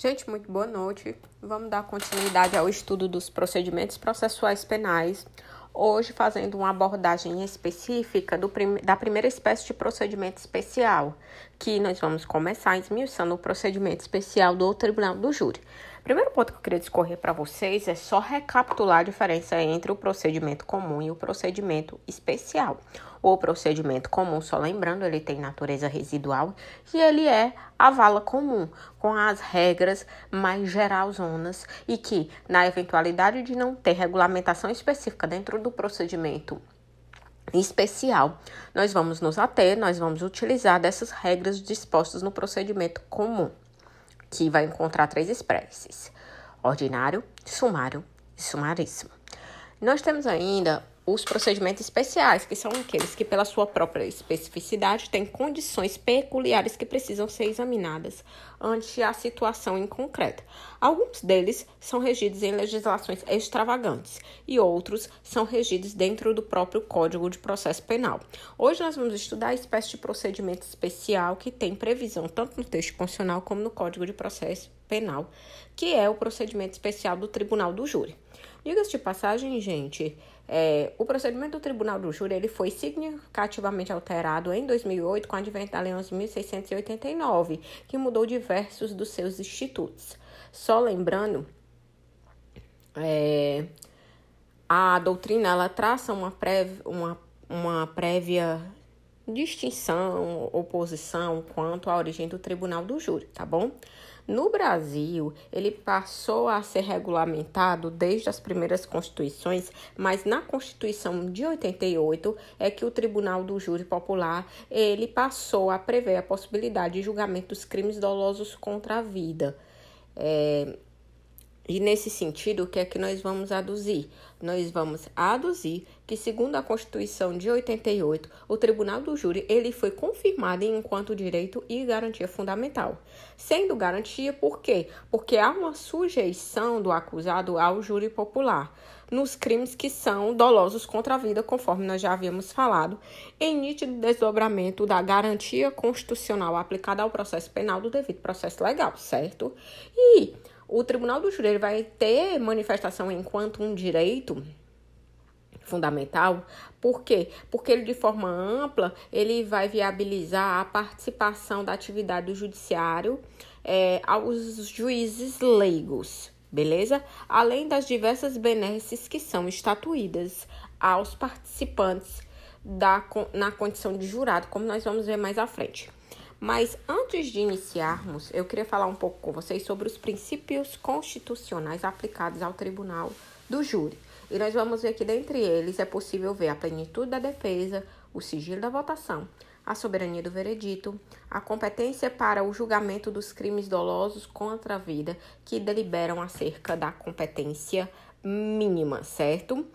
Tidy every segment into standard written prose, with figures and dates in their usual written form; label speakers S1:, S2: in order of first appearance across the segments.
S1: Gente, muito boa noite. Vamos dar continuidade ao estudo dos procedimentos processuais penais. Hoje, fazendo uma abordagem específica da primeira espécie de procedimento especial, que nós vamos começar esmiuçando o procedimento especial do Tribunal do Júri. Primeiro ponto que eu queria discorrer para vocês é só recapitular a diferença entre o procedimento comum e o procedimento especial. O procedimento comum, só lembrando, ele tem natureza residual e ele é a vala comum, com as regras mais geralzonas e que, na eventualidade de não ter regulamentação específica dentro do procedimento especial, nós vamos utilizar dessas regras dispostas no procedimento comum, que vai encontrar 3 espécies: ordinário, sumário e sumaríssimo. Nós temos ainda os procedimentos especiais, que são aqueles que, pela sua própria especificidade, têm condições peculiares que precisam ser examinadas ante a situação em concreto. Alguns deles são regidos em legislações extravagantes e outros são regidos dentro do próprio Código de Processo Penal. Hoje nós vamos estudar a espécie de procedimento especial que tem previsão tanto no texto constitucional como no Código de Processo Penal, que é o procedimento especial do Tribunal do Júri. Diga-se de passagem, gente, o procedimento do Tribunal do Júri ele foi significativamente alterado em 2008 com o advento da Lei 11.689, que mudou diversos dos seus institutos. Só lembrando, a doutrina ela traça uma prévia distinção, oposição quanto à origem do Tribunal do Júri, tá bom? No Brasil, ele passou a ser regulamentado desde as primeiras constituições, mas na Constituição de 88 é que o Tribunal do Júri Popular ele passou a prever a possibilidade de julgamento dos crimes dolosos contra a vida. E nesse sentido, o que é que nós vamos aduzir? Nós vamos aduzir que, segundo a Constituição de 88, o Tribunal do Júri ele foi confirmado enquanto direito e garantia fundamental. Sendo garantia, por quê? Porque há uma sujeição do acusado ao júri popular nos crimes que são dolosos contra a vida, conforme nós já havíamos falado, em nítido desdobramento da garantia constitucional aplicada ao processo penal do devido processo legal, certo? E o Tribunal do Júri vai ter manifestação enquanto um direito fundamental. Por quê? Porque ele, de forma ampla, ele vai viabilizar a participação da atividade do judiciário aos juízes leigos, beleza? Além das diversas benesses que são estatuídas aos participantes na condição de jurado, como nós vamos ver mais à frente. Mas antes de iniciarmos, eu queria falar um pouco com vocês sobre os princípios constitucionais aplicados ao Tribunal do Júri. E nós vamos ver que, dentre eles, é possível ver a plenitude da defesa, o sigilo da votação, a soberania do veredito, a competência para o julgamento dos crimes dolosos contra a vida, que deliberam acerca da competência mínima, certo?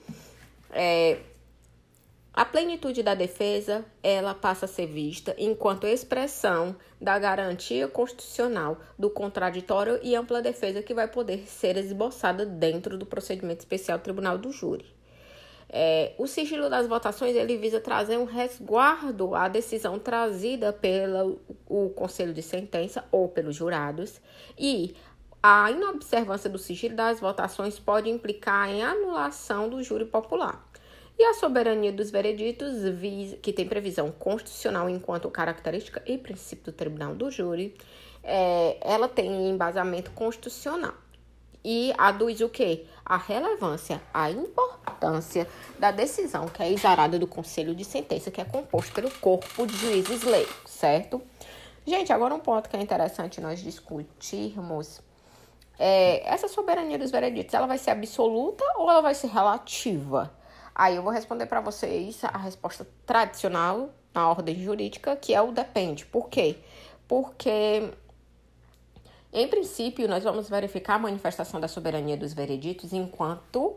S1: A plenitude da defesa, ela passa a ser vista enquanto expressão da garantia constitucional do contraditório e ampla defesa que vai poder ser esboçada dentro do procedimento especial do Tribunal do Júri. O sigilo das votações, ele visa trazer um resguardo à decisão trazida pelo Conselho de Sentença ou pelos jurados, e a inobservância do sigilo das votações pode implicar em anulação do júri popular. E a soberania dos vereditos, que tem previsão constitucional enquanto característica e princípio do Tribunal do Júri, ela tem embasamento constitucional. E aduz o quê? A relevância, a importância da decisão que é exarada do Conselho de Sentença, que é composto pelo corpo de juízes leigos, certo? Gente, agora um ponto que é interessante nós discutirmos essa soberania dos vereditos, ela vai ser absoluta ou ela vai ser relativa? Aí eu vou responder para vocês a resposta tradicional na ordem jurídica, que é o depende. Por quê? Porque, em princípio, nós vamos verificar a manifestação da soberania dos vereditos enquanto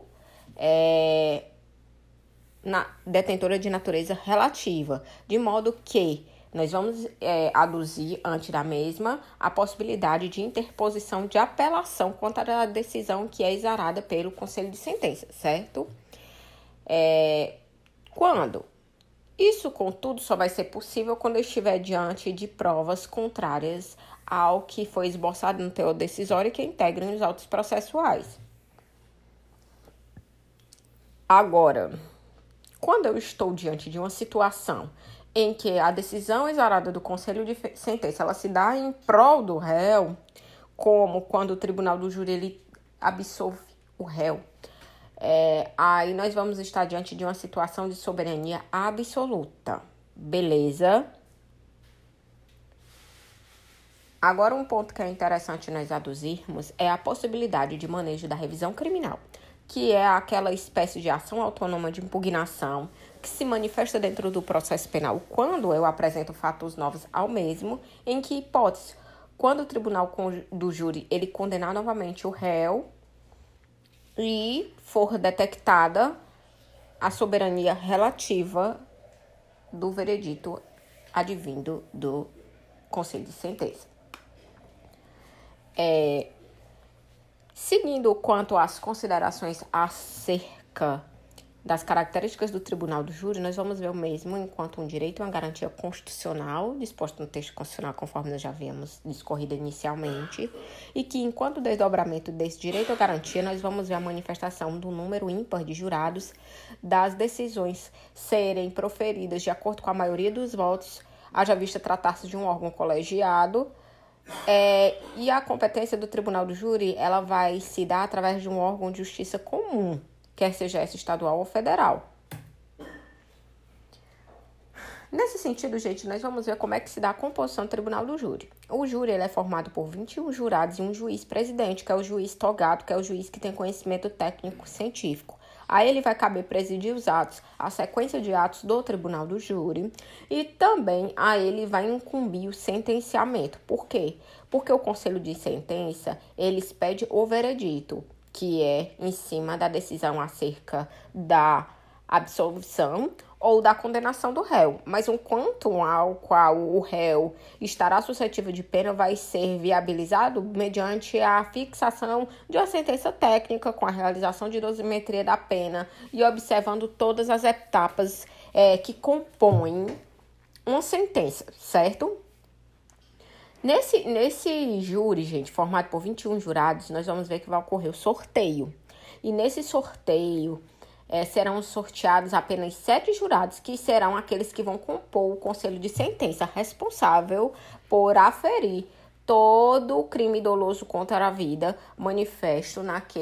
S1: detentora de natureza relativa, de modo que nós vamos aduzir ante da mesma a possibilidade de interposição de apelação contra a decisão que é exarada pelo Conselho de Sentença, certo? Quando? Isso, contudo, só vai ser possível quando eu estiver diante de provas contrárias ao que foi esboçado no teor decisório e que integrem os autos processuais. Agora, quando eu estou diante de uma situação em que a decisão exorada do conselho de sentença ela se dá em prol do réu, como quando o tribunal do júri ele absolve o réu, aí nós vamos estar diante de uma situação de soberania absoluta. Beleza? Agora, um ponto que é interessante nós aduzirmos é a possibilidade de manejo da revisão criminal, que é aquela espécie de ação autônoma de impugnação que se manifesta dentro do processo penal quando eu apresento fatos novos ao mesmo, em que hipótese, quando o tribunal do júri ele condenar novamente o réu e for detectada a soberania relativa do veredito advindo do conselho de sentença. Seguindo quanto às considerações acerca das características do tribunal do júri, nós vamos ver o mesmo enquanto um direito e uma garantia constitucional, disposto no texto constitucional, conforme nós já havíamos discorrido inicialmente, e que, enquanto desdobramento desse direito ou garantia, nós vamos ver a manifestação do número ímpar de jurados das decisões serem proferidas de acordo com a maioria dos votos, haja vista tratar-se de um órgão colegiado, e a competência do tribunal do júri ela vai se dar através de um órgão de justiça comum, quer seja esse estadual ou federal. Nesse sentido, gente, nós vamos ver como é que se dá a composição do tribunal do júri. O júri ele é formado por 21 jurados e um juiz presidente, que é o juiz togado, que é o juiz que tem conhecimento técnico científico. A ele vai caber presidir os atos, a sequência de atos do tribunal do júri, e também a ele vai incumbir o sentenciamento. Por quê? Porque o conselho de sentença, ele expede o veredito, que é em cima da decisão acerca da absolvição ou da condenação do réu, mas um quantum ao qual o réu estará suscetível de pena vai ser viabilizado mediante a fixação de uma sentença técnica com a realização de dosimetria da pena e observando todas as etapas que compõem uma sentença, certo? Nesse júri, gente, formado por 21 jurados, nós vamos ver que vai ocorrer o sorteio. E nesse sorteio, serão sorteados apenas 7 jurados, que serão aqueles que vão compor o conselho de sentença, responsável por aferir todo o crime doloso contra a vida manifesto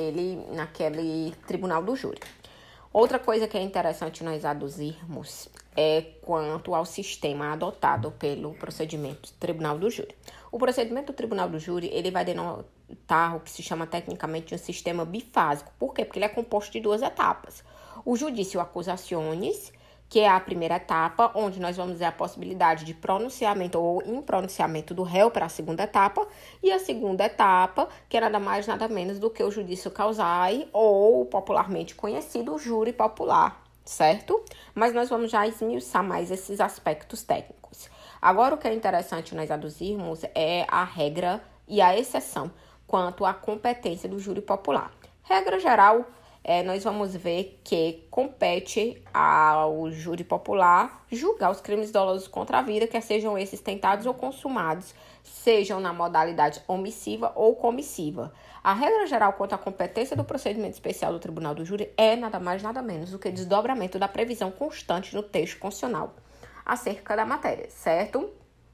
S1: naquele tribunal do júri. Outra coisa que é interessante nós aduzirmos é quanto ao sistema adotado pelo procedimento do tribunal do júri. O procedimento do tribunal do júri, ele vai denotar o que se chama tecnicamente um sistema bifásico. Por quê? Porque ele é composto de 2 etapas. O judício accusationis, que é a primeira etapa, onde nós vamos ver a possibilidade de pronunciamento ou impronunciamento do réu para a segunda etapa, e a segunda etapa, que é nada mais nada menos do que o judício causae, ou popularmente conhecido, o júri popular, certo? Mas nós vamos já esmiuçar mais esses aspectos técnicos. Agora, o que é interessante nós aduzirmos é a regra e a exceção quanto à competência do júri popular. Regra geral, nós vamos ver que compete ao júri popular julgar os crimes dolosos contra a vida, quer sejam esses tentados ou consumados, sejam na modalidade omissiva ou comissiva. A regra geral quanto à competência do procedimento especial do tribunal do júri é nada mais nada menos do que desdobramento da previsão constante no texto constitucional acerca da matéria, certo?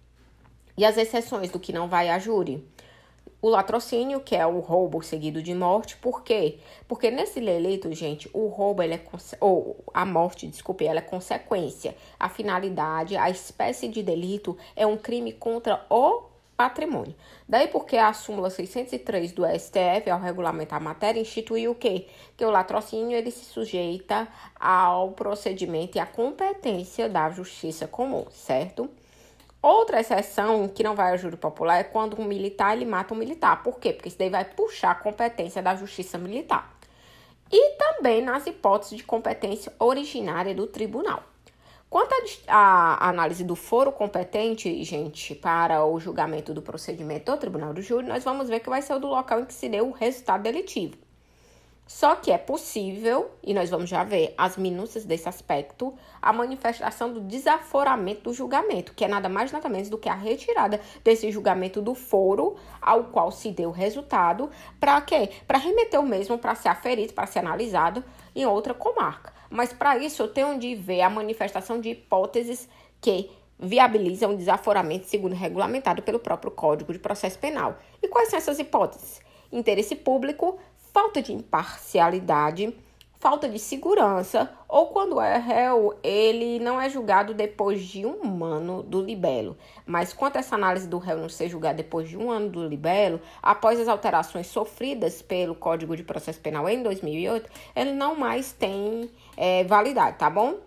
S1: E as exceções do que não vai a júri? O latrocínio, que é o roubo seguido de morte. Por quê? Porque nesse delito, gente, o roubo, a morte, ela é consequência. A finalidade, a espécie de delito é um crime contra o patrimônio. Daí porque a súmula 603 do STF, ao regulamentar a matéria, instituiu o quê? Que o latrocínio, ele se sujeita ao procedimento e à competência da justiça comum, certo? Outra exceção que não vai ao júri popular é quando um militar ele mata um militar. Por quê? Porque isso daí vai puxar a competência da justiça militar. E também nas hipóteses de competência originária do tribunal. Quanto à análise do foro competente, gente, para o julgamento do procedimento do tribunal do júri, nós vamos ver que vai ser o do local em que se deu o resultado delitivo. Só que é possível, e nós vamos já ver as minúcias desse aspecto, a manifestação do desaforamento do julgamento, que é nada mais nada menos do que a retirada desse julgamento do foro ao qual se deu o resultado, para quê? Para remeter o mesmo para ser aferido, para ser analisado em outra comarca. Mas para isso eu tenho de ver a manifestação de hipóteses que viabilizam o desaforamento segundo regulamentado pelo próprio Código de Processo Penal. E quais são essas hipóteses? Interesse público, falta de imparcialidade, falta de segurança, ou quando é réu, ele não é julgado depois de 1 ano do libelo. Mas quanto a essa análise do réu não ser julgado depois de 1 ano do libelo, após as alterações sofridas pelo Código de Processo Penal em 2008, ele não mais tem validade, tá bom?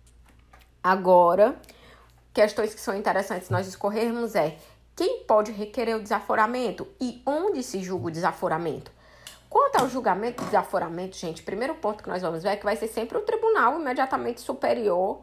S1: Agora, questões que são interessantes nós discorrermos quem pode requerer o desaforamento e onde se julga o desaforamento. Quanto ao julgamento de desaforamento, gente, primeiro ponto que nós vamos ver é que vai ser sempre o tribunal imediatamente superior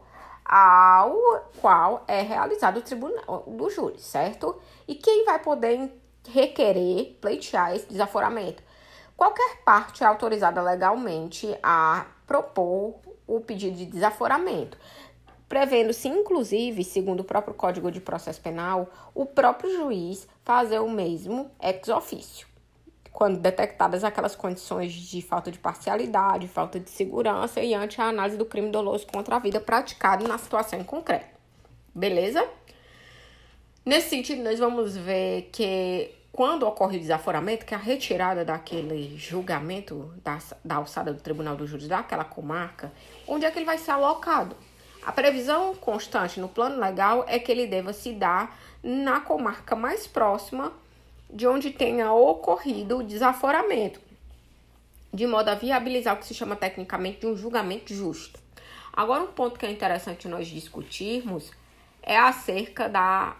S1: ao qual é realizado o tribunal do júri, certo? E quem vai poder requerer, pleitear esse desaforamento? Qualquer parte é autorizada legalmente a propor o pedido de desaforamento, prevendo-se, inclusive, segundo o próprio Código de Processo Penal, o próprio juiz fazer o mesmo ex officio, quando detectadas aquelas condições de falta de parcialidade, falta de segurança e ante a análise do crime doloso contra a vida praticado na situação em concreto. Beleza? Nesse sentido, nós vamos ver que quando ocorre o desaforamento, que é a retirada daquele julgamento da alçada do Tribunal do Júri daquela comarca, onde é que ele vai ser alocado? A previsão constante no plano legal é que ele deva se dar na comarca mais próxima de onde tenha ocorrido o desaforamento, de modo a viabilizar o que se chama tecnicamente de um julgamento justo. Agora, um ponto que é interessante nós discutirmos é acerca da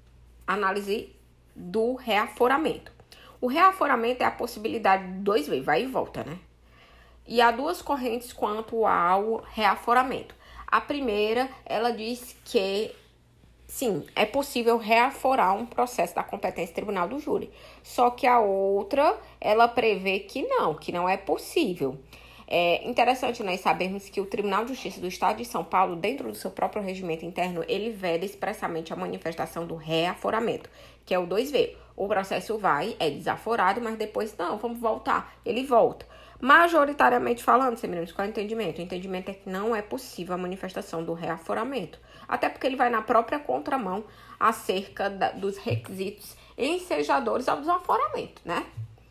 S1: análise do reaforamento. O reaforamento é a possibilidade de 2 vezes, vai e volta, né? E há 2 correntes quanto ao reaforamento. A primeira, ela diz que sim, é possível reaforar um processo da competência tribunal do júri. Só que a outra, ela prevê que não é possível. É interessante nós sabermos que o Tribunal de Justiça do Estado de São Paulo, dentro do seu próprio regimento interno, ele veda expressamente a manifestação do reaforamento, que é o 2V. O processo é desaforado, mas depois, vamos voltar. Ele volta. Majoritariamente falando, semelhantes, qual é o entendimento? O entendimento é que não é possível a manifestação do reaforamento, até porque ele vai na própria contramão acerca dos requisitos ensejadores ao desaforamento, né?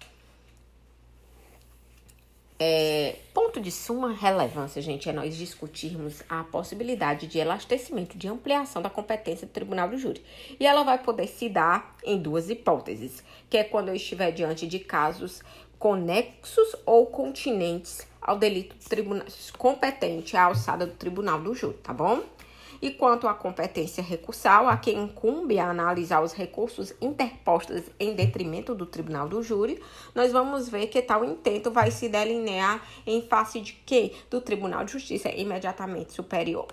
S1: Ponto de suma relevância, gente, é nós discutirmos a possibilidade de elastecimento, de ampliação da competência do Tribunal do Júri. E ela vai poder se dar em 2 hipóteses, que é quando eu estiver diante de casos conexos ou continentes ao delito competente à alçada do Tribunal do Júri, tá bom? E quanto à competência recursal, a quem incumbe a analisar os recursos interpostos em detrimento do Tribunal do Júri, nós vamos ver que tal intento vai se delinear em face de quê? Do Tribunal de Justiça imediatamente superior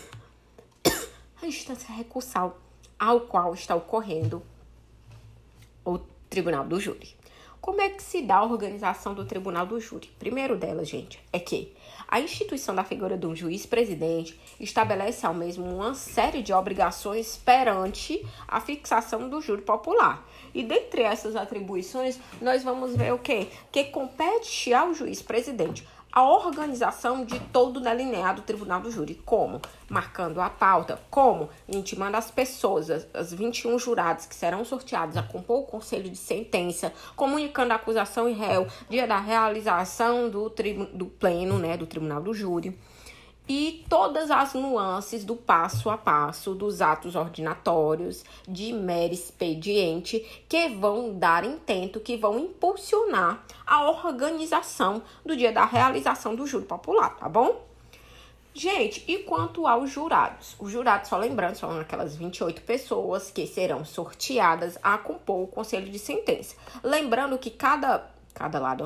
S1: à instância recursal ao qual está ocorrendo o Tribunal do Júri. Como é que se dá a organização do Tribunal do Júri? Primeiro delas, gente, é que a instituição da figura de um juiz-presidente estabelece ao mesmo uma série de obrigações perante a fixação do júri popular. E dentre essas atribuições, nós vamos ver o quê? Que compete ao juiz-presidente a organização de todo o delineado Tribunal do Júri. Como? Marcando a pauta. Como? Intimando as pessoas, as 21 jurados que serão sorteados a compor o conselho de sentença, comunicando a acusação e réu, dia da realização do pleno, né, do Tribunal do Júri. E todas as nuances do passo a passo dos atos ordinatórios de mero expediente que vão dar intento, que vão impulsionar a organização do dia da realização do júri popular, tá bom? Gente, e quanto aos jurados? Os jurados, só lembrando, são aquelas 28 pessoas que serão sorteadas a compor o conselho de sentença. Lembrando que cada lado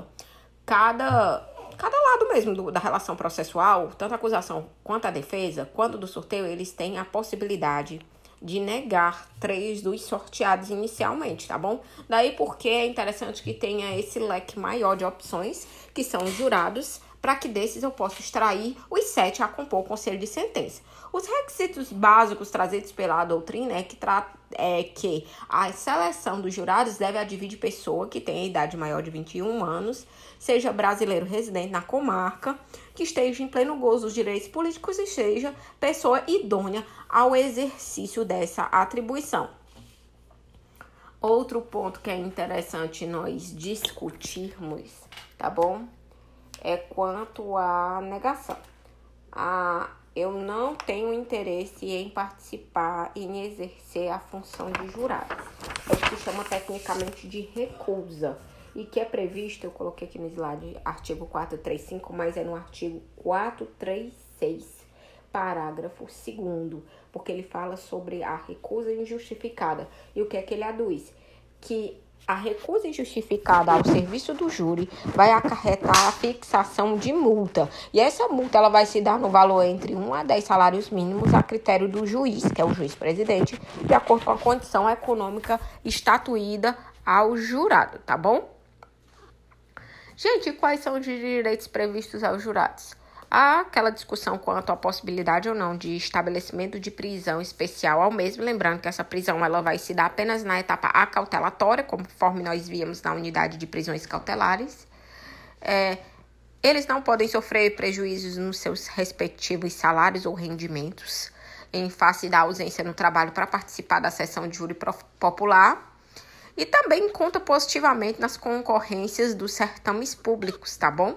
S1: mesmo da relação processual, tanto a acusação quanto a defesa, quando do sorteio, eles têm a possibilidade de negar 3 dos sorteados inicialmente, tá bom? Daí porque é interessante que tenha esse leque maior de opções, que são os jurados, para que desses eu possa extrair os 7 a compor o conselho de sentença. Os requisitos básicos trazidos pela doutrina é que a seleção dos jurados deve advir de pessoa que tenha idade maior de 21 anos, seja brasileiro residente na comarca, que esteja em pleno gozo dos direitos políticos e seja pessoa idônea ao exercício dessa atribuição. Outro ponto que é interessante nós discutirmos, tá bom? É quanto à negação. Eu não tenho interesse em participar e em exercer a função de jurado. É o que se chama tecnicamente de recusa. E que é previsto, eu coloquei aqui no slide, artigo 435, mas é no artigo 436, parágrafo 2º, porque ele fala sobre a recusa injustificada. E o que é que ele aduz? Que a recusa injustificada ao serviço do júri vai acarretar a fixação de multa. E essa multa ela vai se dar no valor entre 1 a 10 salários mínimos a critério do juiz, que é o juiz-presidente, de acordo com a condição econômica estatuída ao jurado, tá bom? Gente, quais são os direitos previstos aos jurados? Há aquela discussão quanto à possibilidade ou não de estabelecimento de prisão especial ao mesmo, lembrando que essa prisão ela vai se dar apenas na etapa acautelatória, conforme nós víamos na unidade de prisões cautelares. Eles não podem sofrer prejuízos nos seus respectivos salários ou rendimentos, em face da ausência no trabalho para participar da sessão de júri popular. E também conta positivamente nas concorrências dos certames públicos, tá bom?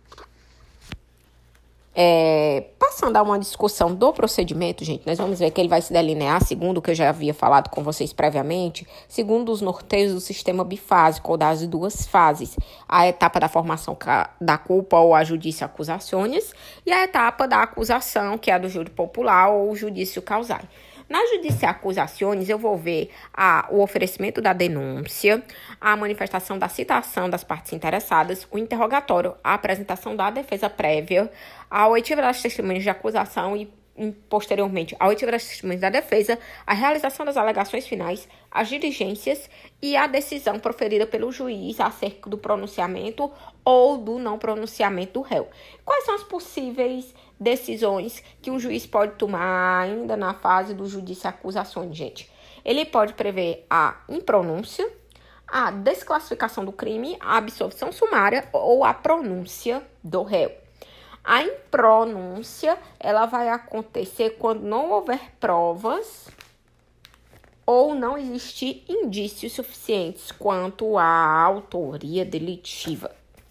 S1: Passando a uma discussão do procedimento, gente, nós vamos ver que ele vai se delinear, segundo o que eu já havia falado com vocês previamente, segundo os norteios do sistema bifásico ou das duas fases, a etapa da formação da culpa ou a judício accusationis e a etapa da acusação, que é a do júri popular ou judício causale. Na judício accusationis, eu vou ver o oferecimento da denúncia, a manifestação da citação das partes interessadas, o interrogatório, a apresentação da defesa prévia, a oitiva das testemunhas de acusação e, posteriormente, a oitiva das testemunhas da defesa, a realização das alegações finais, as diligências e a decisão proferida pelo juiz acerca do pronunciamento ou do não pronunciamento do réu. Quais são as possíveis decisões que um juiz pode tomar ainda na fase do judício accusationis, gente? Ele pode prever a impronúncia, a desclassificação do crime, a absolvição sumária ou a pronúncia do réu. A impronúncia, ela vai acontecer quando não houver provas ou não existir indícios suficientes quanto à autoria delitiva.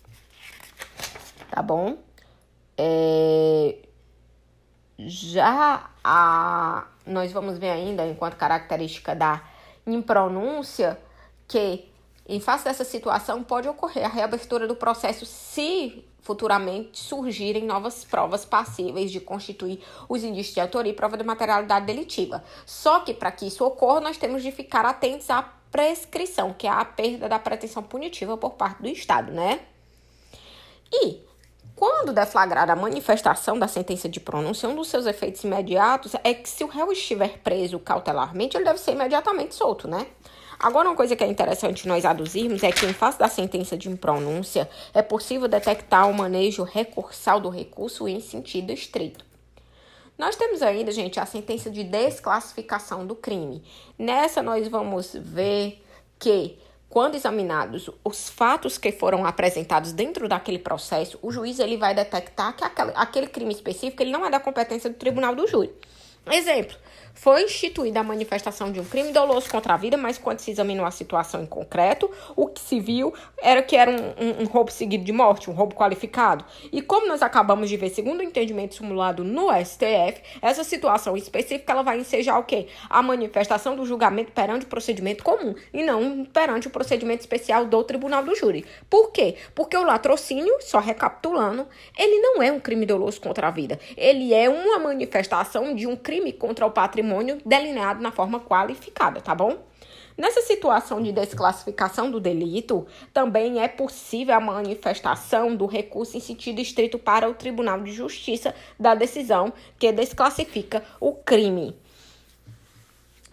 S1: Tá bom? Nós vamos ver ainda, enquanto característica da impronúncia, que em face dessa situação pode ocorrer a reabertura do processo se futuramente surgirem novas provas passíveis de constituir os indícios de autoria e prova de materialidade delitiva. Só que para que isso ocorra, nós temos de ficar atentos à prescrição, que é a perda da pretensão punitiva por parte do Estado, né? E quando deflagrada a manifestação da sentença de pronúncia, um dos seus efeitos imediatos é que se o réu estiver preso cautelarmente, ele deve ser imediatamente solto, né? Agora, uma coisa que é interessante nós aduzirmos é que, em face da sentença de impronúncia, é possível detectar o manejo recursal do recurso em sentido estrito. Nós temos ainda, gente, a sentença de desclassificação do crime. Nessa, nós vamos ver que, quando examinados os fatos que foram apresentados dentro daquele processo, o juiz ele vai detectar que aquele crime específico ele não é da competência do tribunal do júri. Exemplo, foi instituída a manifestação de um crime doloso contra a vida, mas quando se examinou a situação em concreto, o que se viu era que era um roubo seguido de morte, um roubo qualificado. E como nós acabamos de ver, segundo o entendimento simulado no STF, essa situação específica ela vai ensejar o quê? A manifestação do julgamento perante o procedimento comum e não perante o procedimento especial do tribunal do júri. Por quê? Porque o latrocínio, só recapitulando, ele não é um crime doloso contra a vida. Ele é uma manifestação de um crime contra o patrimônio delineado na forma qualificada, tá bom? Nessa situação de desclassificação do delito, também é possível a manifestação do recurso em sentido estrito para o Tribunal de Justiça da decisão que desclassifica o crime.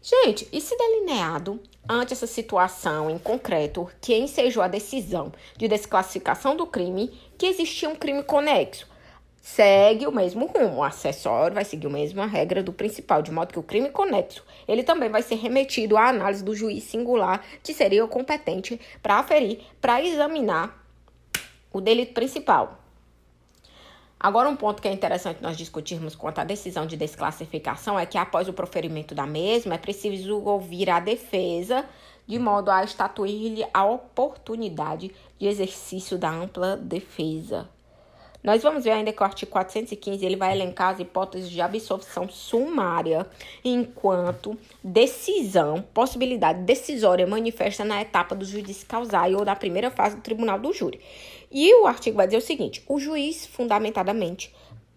S1: Gente, e se delineado ante essa situação em concreto que ensejou a decisão de desclassificação do crime, que existia um crime conexo? Segue o mesmo rumo, o acessório vai seguir a mesma regra do principal, de modo que o crime conexo, ele também vai ser remetido à análise do juiz singular, que seria o competente para aferir, para examinar o delito principal. Agora, um ponto que é interessante nós discutirmos quanto à decisão de desclassificação é que, após o proferimento da mesma, é preciso ouvir a defesa, de modo a estatuir-lhe a oportunidade de exercício da ampla defesa. Nós vamos ver ainda que o artigo 415 ele vai elencar as hipóteses de absolvição sumária, enquanto decisão, possibilidade decisória manifesta na etapa do juízo causai ou da primeira fase do tribunal do júri. E o artigo vai dizer o seguinte: o juiz fundamentadamente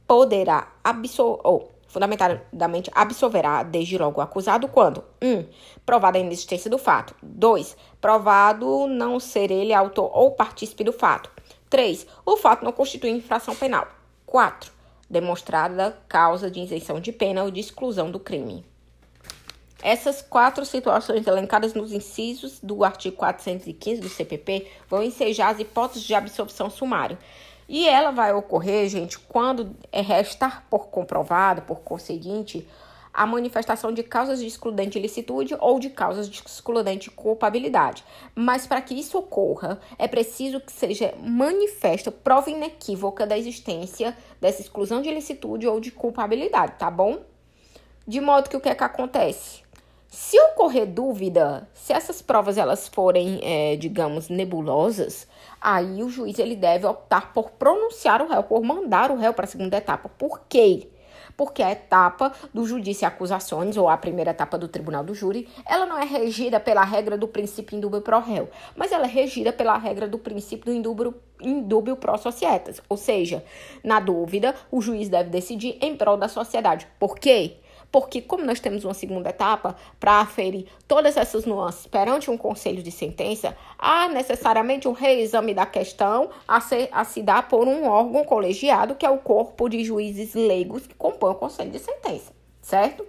S1: absolverá desde logo o acusado quando 1. Provada a inexistência do fato. 2. Provado não ser ele autor ou partícipe do fato. 3. O fato não constitui infração penal. 4. Demonstrada causa de isenção de pena ou de exclusão do crime. Essas 4 situações elencadas nos incisos do artigo 415 do CPP vão ensejar as hipóteses de absolvição sumária. E ela vai ocorrer, gente, quando restar por comprovado, por conseguinte, a manifestação de causas de excludente ilicitude ou de causas de excludente culpabilidade. Mas para que isso ocorra, é preciso que seja manifesta prova inequívoca da existência dessa exclusão de ilicitude ou de culpabilidade, tá bom? De modo que o que é que acontece? Se ocorrer dúvida, se essas provas elas forem, digamos, nebulosas, aí o juiz ele deve optar por pronunciar o réu, por mandar o réu para a segunda etapa. Por quê? Porque a etapa do judício e acusações, ou a primeira etapa do tribunal do júri, ela não é regida pela regra do princípio indúbio pro réu, mas ela é regida pela regra do princípio do indúbio pro societas. Ou seja, na dúvida, o juiz deve decidir em prol da sociedade. Por quê? Porque, como nós temos uma segunda etapa, para aferir todas essas nuances perante um conselho de sentença, há necessariamente um reexame da questão a se dar por um órgão colegiado, que é o corpo de juízes leigos que compõe o conselho de sentença, certo?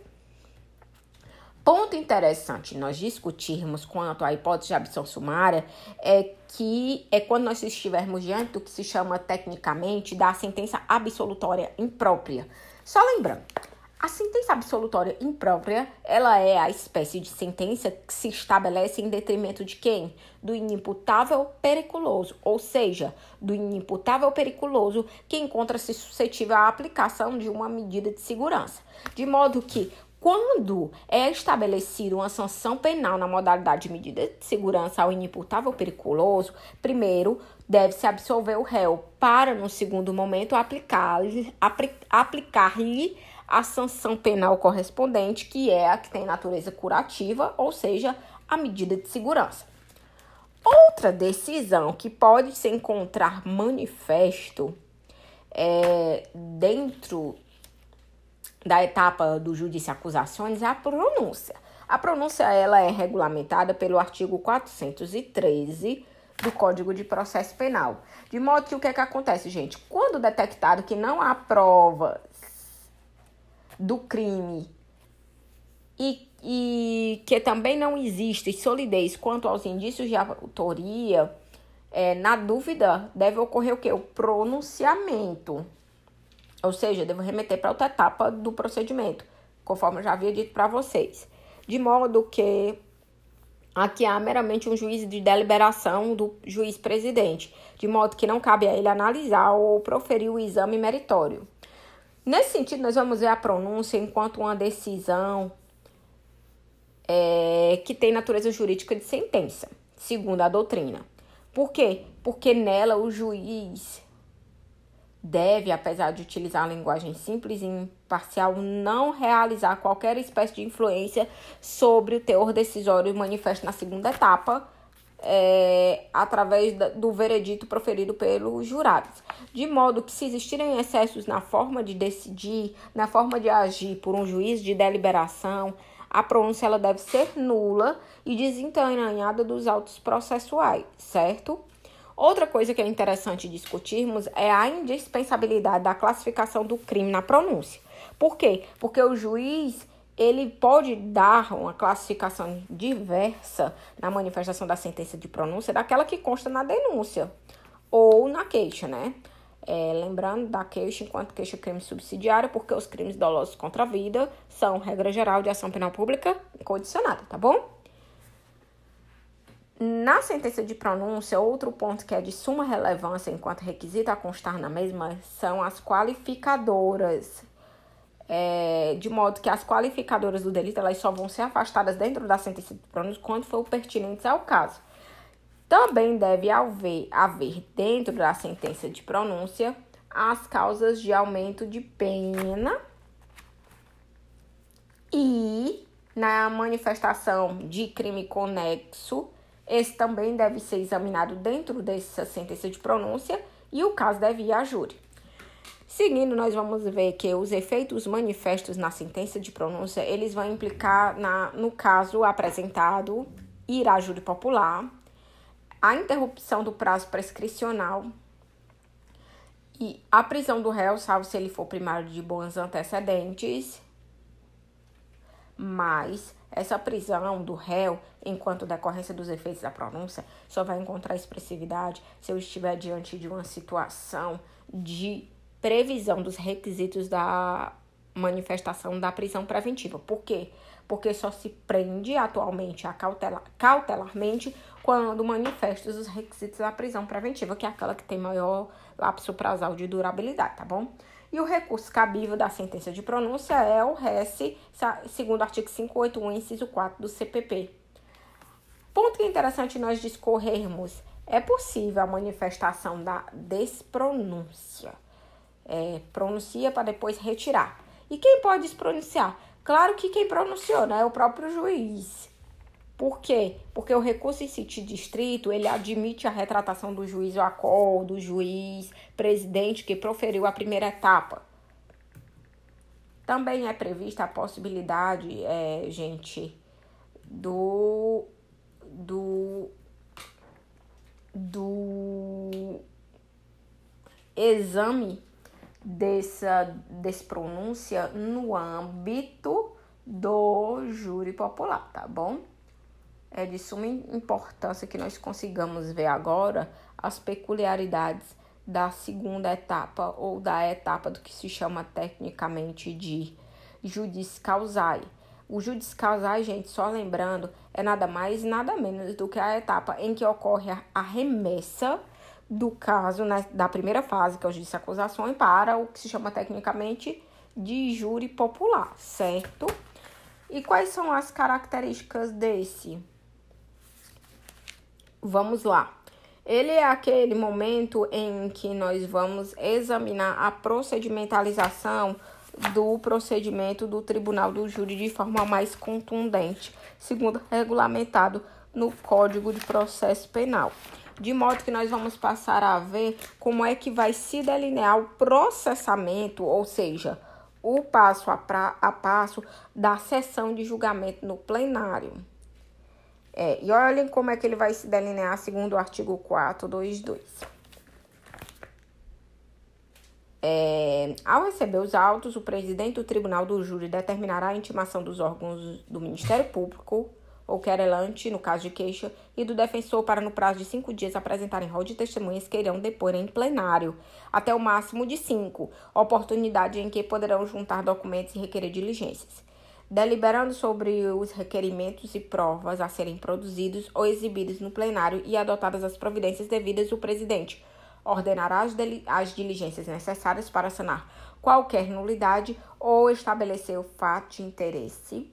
S1: Ponto interessante nós discutirmos quanto à hipótese de absolvição sumária é que quando nós estivermos diante do que se chama tecnicamente da sentença absolutória imprópria. Só lembrando, a sentença absolutória imprópria, ela é a espécie de sentença que se estabelece em detrimento de quem? Do inimputável periculoso, ou seja, do inimputável periculoso que encontra-se suscetível à aplicação de uma medida de segurança. De modo que, quando é estabelecida uma sanção penal na modalidade de medida de segurança ao inimputável periculoso, primeiro deve-se absolver o réu para, no segundo momento, aplicar-lhe a sanção penal correspondente, que é a que tem natureza curativa, ou seja, a medida de segurança. Outra decisão que pode se encontrar manifesto dentro da etapa do judício e acusações é a pronúncia. A pronúncia ela é regulamentada pelo artigo 413 do Código de Processo Penal. De modo que o que é que acontece, gente? Quando detectado que não há provas do crime e que também não existe solidez quanto aos indícios de autoria, na dúvida deve ocorrer o quê? O pronunciamento. Ou seja, devo remeter para outra etapa do procedimento, conforme eu já havia dito para vocês. De modo que aqui há meramente um juízo de deliberação do juiz presidente, de modo que não cabe a ele analisar ou proferir o exame meritório. Nesse sentido, nós vamos ver a pronúncia enquanto uma decisão que tem natureza jurídica de sentença, segundo a doutrina. Por quê? Porque nela o juiz deve, apesar de utilizar a linguagem simples e imparcial, não realizar qualquer espécie de influência sobre o teor decisório manifesto na segunda etapa, através do veredito proferido pelos jurados. De modo que, se existirem excessos na forma de decidir, na forma de agir por um juiz de deliberação, a pronúncia ela deve ser nula e desentranhada dos autos processuais, certo? Outra coisa que é interessante discutirmos é a indispensabilidade da classificação do crime na pronúncia. Por quê? Porque o juiz ele pode dar uma classificação diversa na manifestação da sentença de pronúncia daquela que consta na denúncia ou na queixa, né? Lembrando da queixa enquanto queixa crime subsidiário, porque os crimes dolosos contra a vida são regra geral de ação penal pública condicionada, tá bom? Na sentença de pronúncia, outro ponto que é de suma relevância enquanto requisito a constar na mesma são as qualificadoras. De modo que as qualificadoras do delito elas só vão ser afastadas dentro da sentença de pronúncia quando for pertinente ao caso. Também deve haver dentro da sentença de pronúncia as causas de aumento de pena e na manifestação de crime conexo, esse também deve ser examinado dentro dessa sentença de pronúncia e o caso deve ir a júri. Seguindo, nós vamos ver que os efeitos manifestos na sentença de pronúncia, eles vão implicar no caso apresentado, ir a júri popular, a interrupção do prazo prescricional e a prisão do réu, salvo se ele for primário de bons antecedentes, mas essa prisão do réu, enquanto decorrência dos efeitos da pronúncia, só vai encontrar expressividade se eu estiver diante de uma situação de previsão dos requisitos da manifestação da prisão preventiva. Por quê? Porque só se prende atualmente cautelarmente quando manifestos os requisitos da prisão preventiva, que é aquela que tem maior lapso prazal de durabilidade, tá bom? E o recurso cabível da sentença de pronúncia é o RES, segundo o artigo 581, inciso 4 do CPP. Ponto que é interessante nós discorrermos. É possível a manifestação da despronúncia. Pronuncia para depois retirar. E quem pode despronunciar? Claro que quem pronunciou, né? É o próprio juiz. Por quê? Porque o recurso em sítio distrito, ele admite a retratação do juiz ou acol, do juiz presidente que proferiu a primeira etapa. Também é prevista a possibilidade, gente, do exame dessa despronúncia no âmbito do júri popular, tá bom? É de suma importância que nós consigamos ver agora as peculiaridades da segunda etapa ou da etapa do que se chama tecnicamente de judice causae. O judice causae, gente, só lembrando, é nada mais e nada menos do que a etapa em que ocorre a remessa do caso, né, da primeira fase, que é o juízo de acusação, para o que se chama tecnicamente de júri popular, certo? E quais são as características desse? Vamos lá. Ele é aquele momento em que nós vamos examinar a procedimentalização do procedimento do Tribunal do Júri de forma mais contundente, segundo regulamentado no Código de Processo Penal. De modo que nós vamos passar a ver como é que vai se delinear o processamento, ou seja, o passo a passo da sessão de julgamento no plenário. E olhem como é que ele vai se delinear segundo o artigo 422. Ao receber os autos, o presidente do Tribunal do Júri determinará a intimação dos órgãos do Ministério Público ou querelante, no caso de queixa, e do defensor para, no prazo de 5 dias, apresentarem rol de testemunhas que irão depor em plenário, até o máximo de 5, oportunidade em que poderão juntar documentos e requerer diligências. Deliberando sobre os requerimentos e provas a serem produzidos ou exibidos no plenário e adotadas as providências devidas, o presidente ordenará as diligências necessárias para sanar qualquer nulidade ou estabelecer o fato de interesse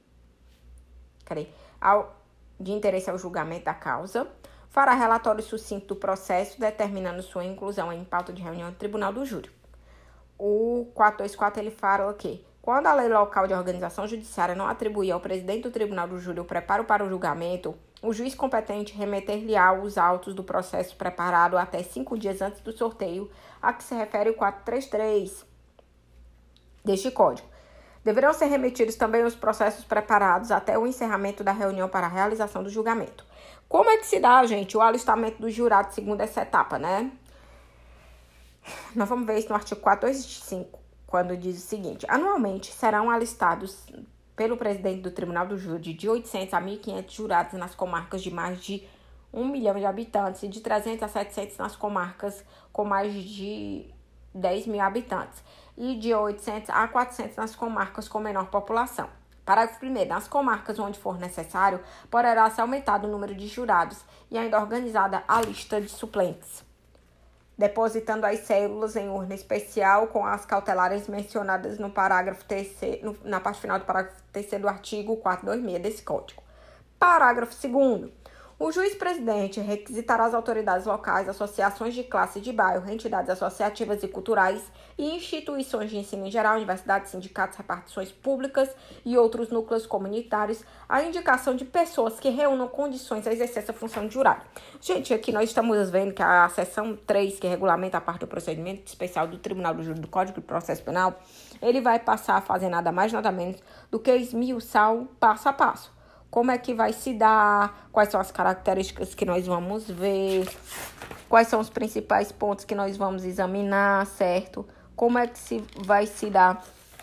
S1: ao julgamento da causa, fará relatório sucinto do processo, determinando sua inclusão em pauta de reunião do Tribunal do Júri. O 424, ele fala o quê? Quando a lei local de organização judiciária não atribuir ao presidente do Tribunal do Júri o preparo para o julgamento, o juiz competente remeter-lhe-á os autos do processo preparado até 5 dias antes do sorteio, a que se refere o 433 deste Código. Deverão ser remetidos também os processos preparados até o encerramento da reunião para a realização do julgamento. Como é que se dá, gente, o alistamento do jurado segundo essa etapa, né? Nós vamos ver isso no artigo 425, quando diz o seguinte: anualmente serão alistados pelo presidente do Tribunal do Júri de 800 a 1.500 jurados nas comarcas de mais de 1 milhão de habitantes e de 300 a 700 nas comarcas com mais de 10 mil habitantes e de 800 a 400 nas comarcas com menor população. Parágrafo 1º. Nas comarcas onde for necessário, poderá ser aumentado o número de jurados e ainda organizada a lista de suplentes, depositando as células em urna especial com as cautelares mencionadas no parágrafo 3º, na parte final do parágrafo 3º do artigo 426 desse Código. Parágrafo 2º. O juiz-presidente requisitará as autoridades locais, associações de classe de bairro, entidades associativas e culturais e instituições de ensino em geral, universidades, sindicatos, repartições públicas e outros núcleos comunitários, a indicação de pessoas que reúnam condições a exercer essa função de jurado. Gente, aqui nós estamos vendo que a seção 3, que regulamenta a parte do procedimento especial do Tribunal do Júri do Código de Processo Penal, ele vai passar a fazer nada mais, nada menos do que esmiuçar o passo a passo. Como é que vai se dar, quais são as características que nós vamos ver, quais são os principais pontos que nós vamos examinar, certo? Como é que vai se dar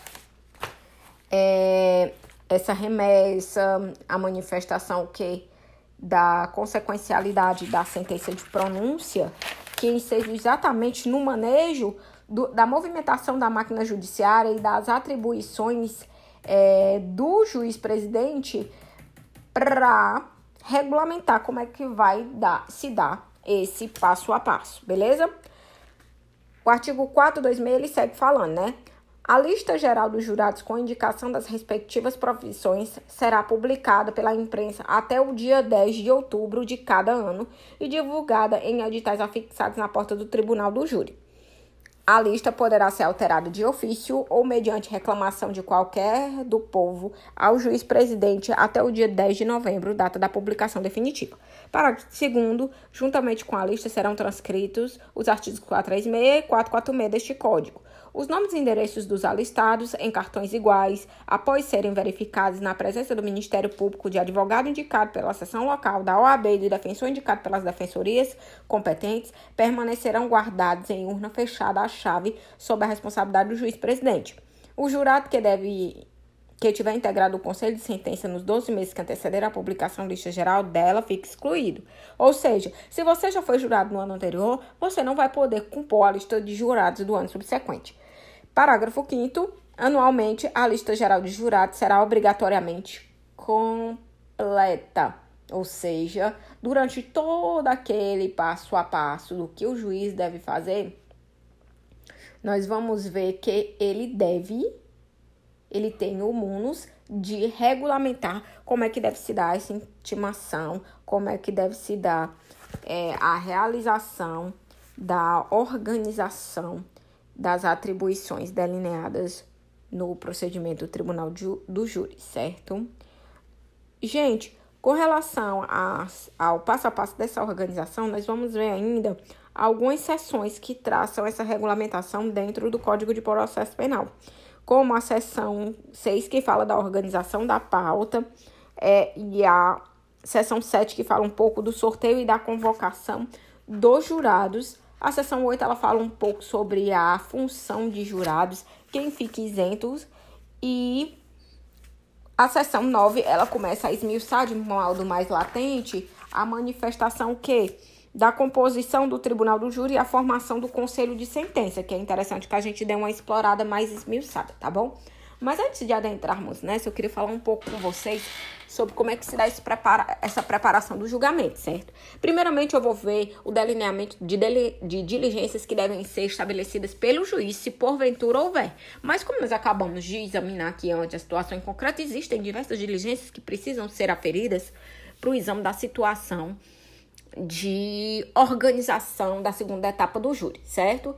S1: essa remessa, a manifestação da consequencialidade da sentença de pronúncia, que enseja exatamente no manejo da movimentação da máquina judiciária e das atribuições do juiz-presidente para regulamentar como é que vai se dar esse passo a passo, beleza? O artigo 426, ele segue falando, né? A lista geral dos jurados com indicação das respectivas profissões será publicada pela imprensa até o dia 10 de outubro de cada ano e divulgada em editais afixados na porta do Tribunal do Júri. A lista poderá ser alterada de ofício ou mediante reclamação de qualquer do povo ao juiz-presidente até o dia 10 de novembro, data da publicação definitiva. Parágrafo 2º, juntamente com a lista serão transcritos os artigos 436 e 446 deste Código. Os nomes e endereços dos alistados em cartões iguais, após serem verificados na presença do Ministério Público, de advogado indicado pela seção local da OAB e de defensor indicado pelas defensorias competentes, permanecerão guardados em urna fechada à chave sob a responsabilidade do juiz-presidente. O jurado que tiver integrado o conselho de sentença nos 12 meses que antecederam a publicação da lista geral dela fica excluído. Ou seja, se você já foi jurado no ano anterior, você não vai poder compor a lista de jurados do ano subsequente. Parágrafo 5º. Anualmente, a lista geral de jurados será obrigatoriamente completa. Ou seja, durante todo aquele passo a passo do que o juiz deve fazer, nós vamos ver que ele tem o munus de regulamentar como é que deve se dar essa intimação, como é que deve se dar a realização da organização das atribuições delineadas no procedimento do Tribunal do Júri, certo? Gente, com relação ao passo a passo dessa organização, nós vamos ver ainda algumas seções que traçam essa regulamentação dentro do Código de Processo Penal, como a seção 6, que fala da organização da pauta, e a seção 7, que fala um pouco do sorteio e da convocação dos jurados. A seção 8, ela fala um pouco sobre a função de jurados, quem fica isento, e a seção 9, ela começa a esmiuçar de modo mais latente a manifestação da composição do Tribunal do Júri e a formação do Conselho de Sentença, que é interessante que a gente dê uma explorada mais esmiuçada, tá bom? Mas antes de adentrarmos nessa, eu queria falar um pouco com vocês sobre como é que se dá essa preparação do julgamento, certo? Primeiramente, eu vou ver o delineamento de diligências que devem ser estabelecidas pelo juiz, se porventura houver. Mas como nós acabamos de examinar aqui antes a situação em concreto, existem diversas diligências que precisam ser aferidas para o exame da situação de organização da segunda etapa do júri, certo?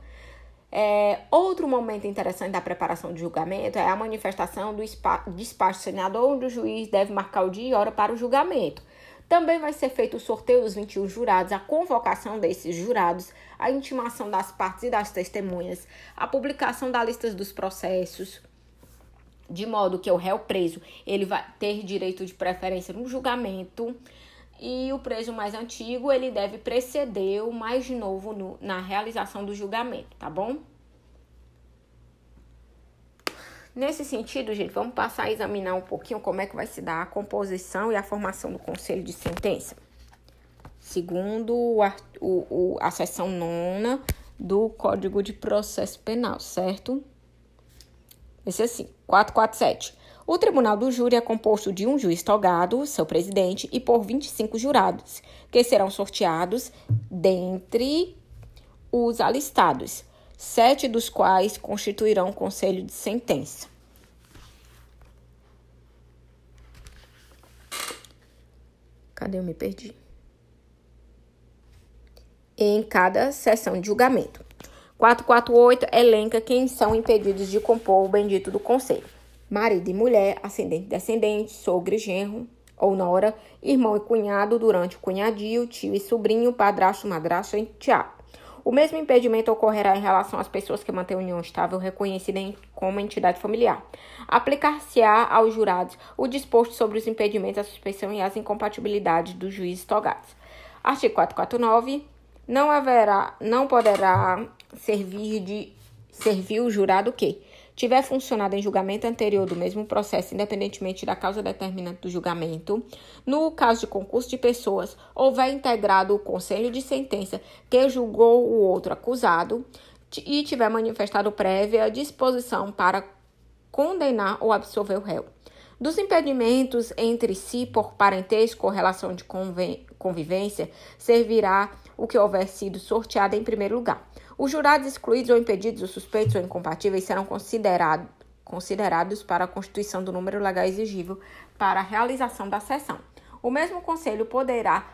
S1: Outro momento interessante da preparação do julgamento é a manifestação do despacho senador, onde o juiz deve marcar o dia e hora para o julgamento. Também vai ser feito o sorteio dos 21 jurados, a convocação desses jurados, a intimação das partes e das testemunhas, a publicação da lista dos processos, de modo que o réu preso ele vai ter direito de preferência no julgamento, e o preso mais antigo ele deve preceder o mais novo na realização do julgamento, tá bom? Nesse sentido, gente, vamos passar a examinar um pouquinho como é que vai se dar a composição e a formação do conselho de sentença. Segundo a seção 9ª do Código de Processo Penal, certo? Esse é assim, 447. O Tribunal do Júri é composto de um juiz togado, seu presidente, e por 25 jurados, que serão sorteados dentre os alistados, 7 dos quais constituirão o conselho de sentença. Cadê? Eu me perdi. Em cada sessão de julgamento. 448 elenca quem são impedidos de compor o bendito do conselho. Marido e mulher, ascendente e descendente, sogro e genro ou nora, irmão e cunhado durante o cunhadio, tio e sobrinho, padrasto, madrasto e enteado. O mesmo impedimento ocorrerá em relação às pessoas que mantêm união estável reconhecida como entidade familiar. Aplicar-se-á aos jurados o disposto sobre os impedimentos, a suspeição e as incompatibilidades dos juízes togados. Artigo 449. Não poderá servir o jurado que tiver funcionado em julgamento anterior do mesmo processo, independentemente da causa determinante do julgamento, no caso de concurso de pessoas, houver integrado o conselho de sentença que julgou o outro acusado e tiver manifestado prévia disposição para condenar ou absolver o réu. Dos impedimentos entre si por parentesco ou relação de convivência, servirá o que houver sido sorteado em primeiro lugar. Os jurados excluídos ou impedidos, ou suspeitos ou incompatíveis serão considerados para a constituição do número legal exigível para a realização da sessão. O mesmo conselho poderá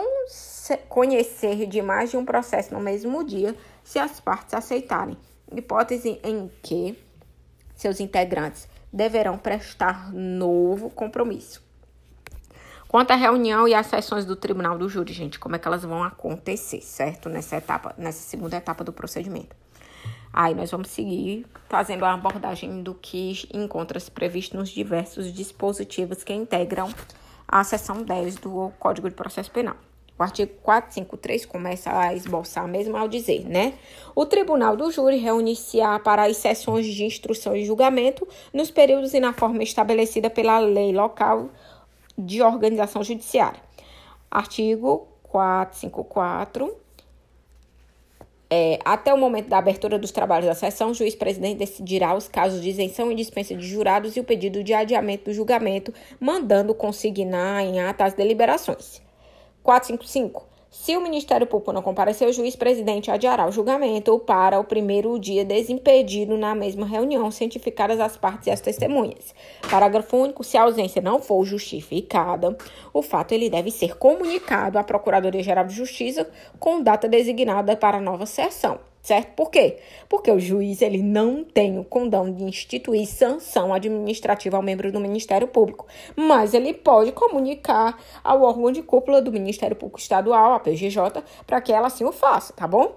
S1: conhecer de mais de um processo no mesmo dia, se as partes aceitarem, hipótese em que seus integrantes deverão prestar novo compromisso. Quanto à reunião e às sessões do Tribunal do Júri, gente, como é que elas vão acontecer, certo? Nessa segunda etapa do procedimento. Aí nós vamos seguir fazendo a abordagem do que encontra-se previsto nos diversos dispositivos que integram a seção 10 do Código de Processo Penal. O artigo 453 começa a esboçar mesmo ao dizer, né? O Tribunal do Júri reunir-se-á para as sessões de instrução e julgamento nos períodos e na forma estabelecida pela lei local de organização judiciária. Artigo 454. Até o momento da abertura dos trabalhos da sessão, o juiz-presidente decidirá os casos de isenção e dispensa de jurados e o pedido de adiamento do julgamento, mandando consignar em ata as deliberações. 455. Se o Ministério Público não comparecer, o juiz-presidente adiará o julgamento para o primeiro dia desimpedido na mesma reunião, cientificadas as partes e as testemunhas. Parágrafo único. Se a ausência não for justificada, o fato ele deve ser comunicado à Procuradoria-Geral de Justiça com data designada para a nova sessão. Certo? Por quê? Porque o juiz ele não tem o condão de instituir sanção administrativa ao membro do Ministério Público, mas ele pode comunicar ao órgão de cúpula do Ministério Público Estadual, a PGJ, para que ela assim o faça, tá bom?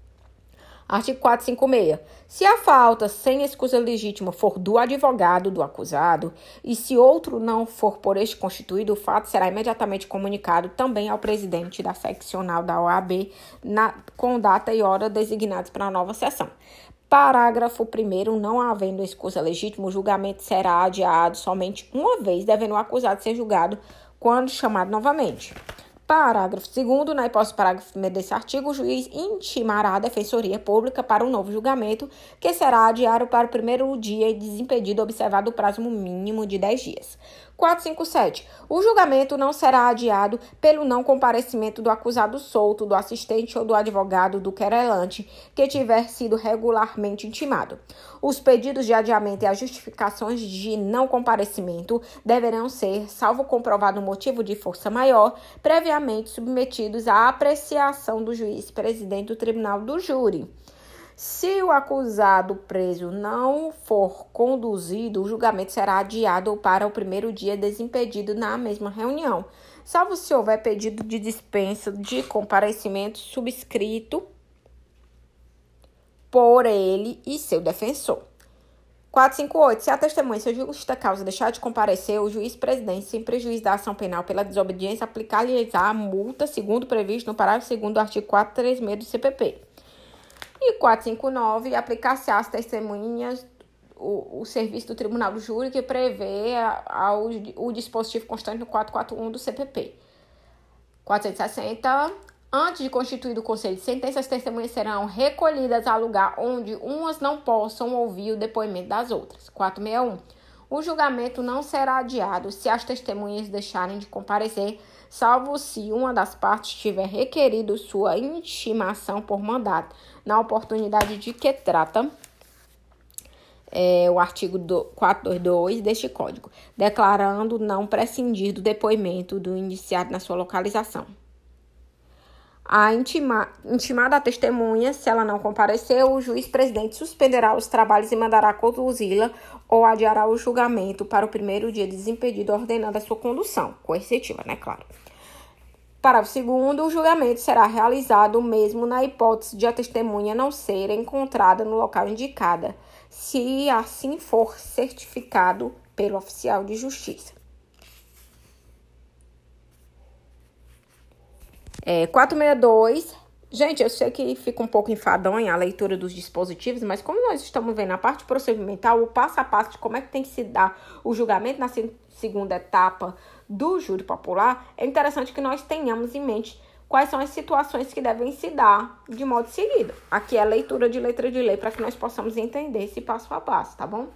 S1: Artigo 456. Se a falta sem escusa legítima for do advogado do acusado e se outro não for por este constituído, o fato será imediatamente comunicado também ao presidente da seccional da OAB com data e hora designados para a nova sessão. Parágrafo 1º. Não havendo escusa legítima, o julgamento será adiado somente uma vez, devendo o acusado ser julgado quando chamado novamente. Parágrafo 2º. Na hipótese do parágrafo 1º desse artigo, o juiz intimará a Defensoria Pública para um novo julgamento, que será adiado para o primeiro dia e desimpedido, observado o prazo mínimo de 10 dias. 457. O julgamento não será adiado pelo não comparecimento do acusado solto, do assistente ou do advogado do querelante que tiver sido regularmente intimado. Os pedidos de adiamento e as justificações de não comparecimento deverão ser, salvo comprovado motivo de força maior, previamente submetidos à apreciação do juiz presidente do Tribunal do Júri. Se o acusado preso não for conduzido, o julgamento será adiado para o primeiro dia desimpedido na mesma reunião, salvo se houver pedido de dispensa de comparecimento subscrito por ele e seu defensor. 458. Se a testemunha em sua justa causa deixar de comparecer, o juiz-presidente, sem prejuízo da ação penal pela desobediência, aplicar-lhe-á a multa, segundo previsto no parágrafo 2º do artigo 436 do CPP. E 459, aplicar-se às testemunhas o serviço do Tribunal do Júri, que prevê o dispositivo constante no 441 do CPP. 460. Antes de constituído o conselho de sentença, as testemunhas serão recolhidas a lugar onde umas não possam ouvir o depoimento das outras. 461. O julgamento não será adiado se as testemunhas deixarem de comparecer, salvo se uma das partes tiver requerido sua intimação por mandato, na oportunidade de que trata o artigo 422 deste Código, declarando não prescindir do depoimento do indiciado na sua localização. A intimada a testemunha, se ela não comparecer, o juiz presidente suspenderá os trabalhos e mandará conduzi-la ou adiará o julgamento para o primeiro dia desimpedido, ordenando a sua condução, coercitiva, né, claro. Parágrafo 2º, o julgamento será realizado mesmo na hipótese de a testemunha não ser encontrada no local indicado, se assim for certificado pelo oficial de justiça. 462. Gente, eu sei que fica um pouco enfadonha a leitura dos dispositivos, mas como nós estamos vendo a parte procedimental, o passo a passo de como é que tem que se dar o julgamento na segunda etapa do júri popular, é interessante que nós tenhamos em mente quais são as situações que devem se dar de modo seguido. Aqui é a leitura de letra de lei para que nós possamos entender esse passo a passo, tá bom?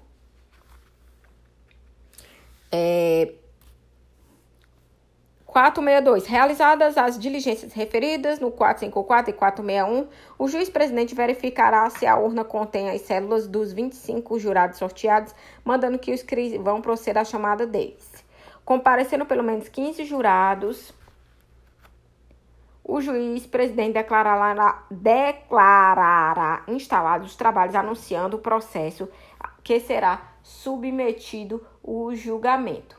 S1: 462. Realizadas as diligências referidas no 454 e 461, o juiz presidente verificará se a urna contém as células dos 25 jurados sorteados, mandando que o escrivão proceda à chamada deles. Comparecendo pelo menos 15 jurados, o juiz presidente declarará instalados os trabalhos anunciando o processo que será submetido ao julgamento.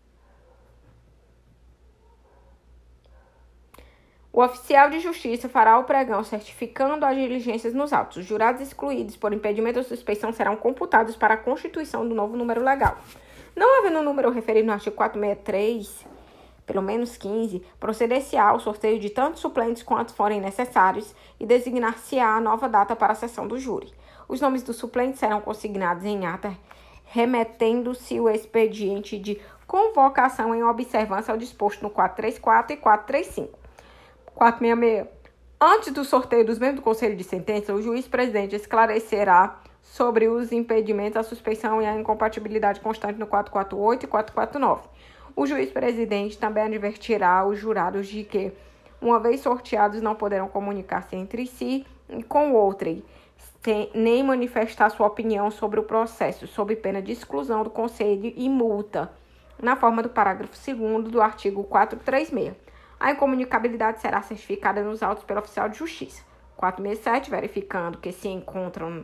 S1: O oficial de justiça fará o pregão certificando as diligências nos autos. Os jurados excluídos por impedimento ou suspeição serão computados para a constituição do novo número legal. Não havendo o número referido no artigo 463, pelo menos 15, proceder-se-á ao sorteio de tantos suplentes quantos forem necessários e designar-se-á a nova data para a sessão do júri. Os nomes dos suplentes serão consignados em ata, remetendo-se o expediente de convocação em observância ao disposto no 434 e 435. 466. Antes do sorteio dos membros do Conselho de Sentença, o juiz presidente esclarecerá sobre os impedimentos, a suspeição e a incompatibilidade constante no 448 e 449. O juiz presidente também advertirá os jurados de que, uma vez sorteados, não poderão comunicar-se entre si e com outrem, nem manifestar sua opinião sobre o processo, sob pena de exclusão do Conselho e multa, na forma do parágrafo 2º do artigo 436. A incomunicabilidade será certificada nos autos pelo oficial de justiça. 467, verificando que se encontram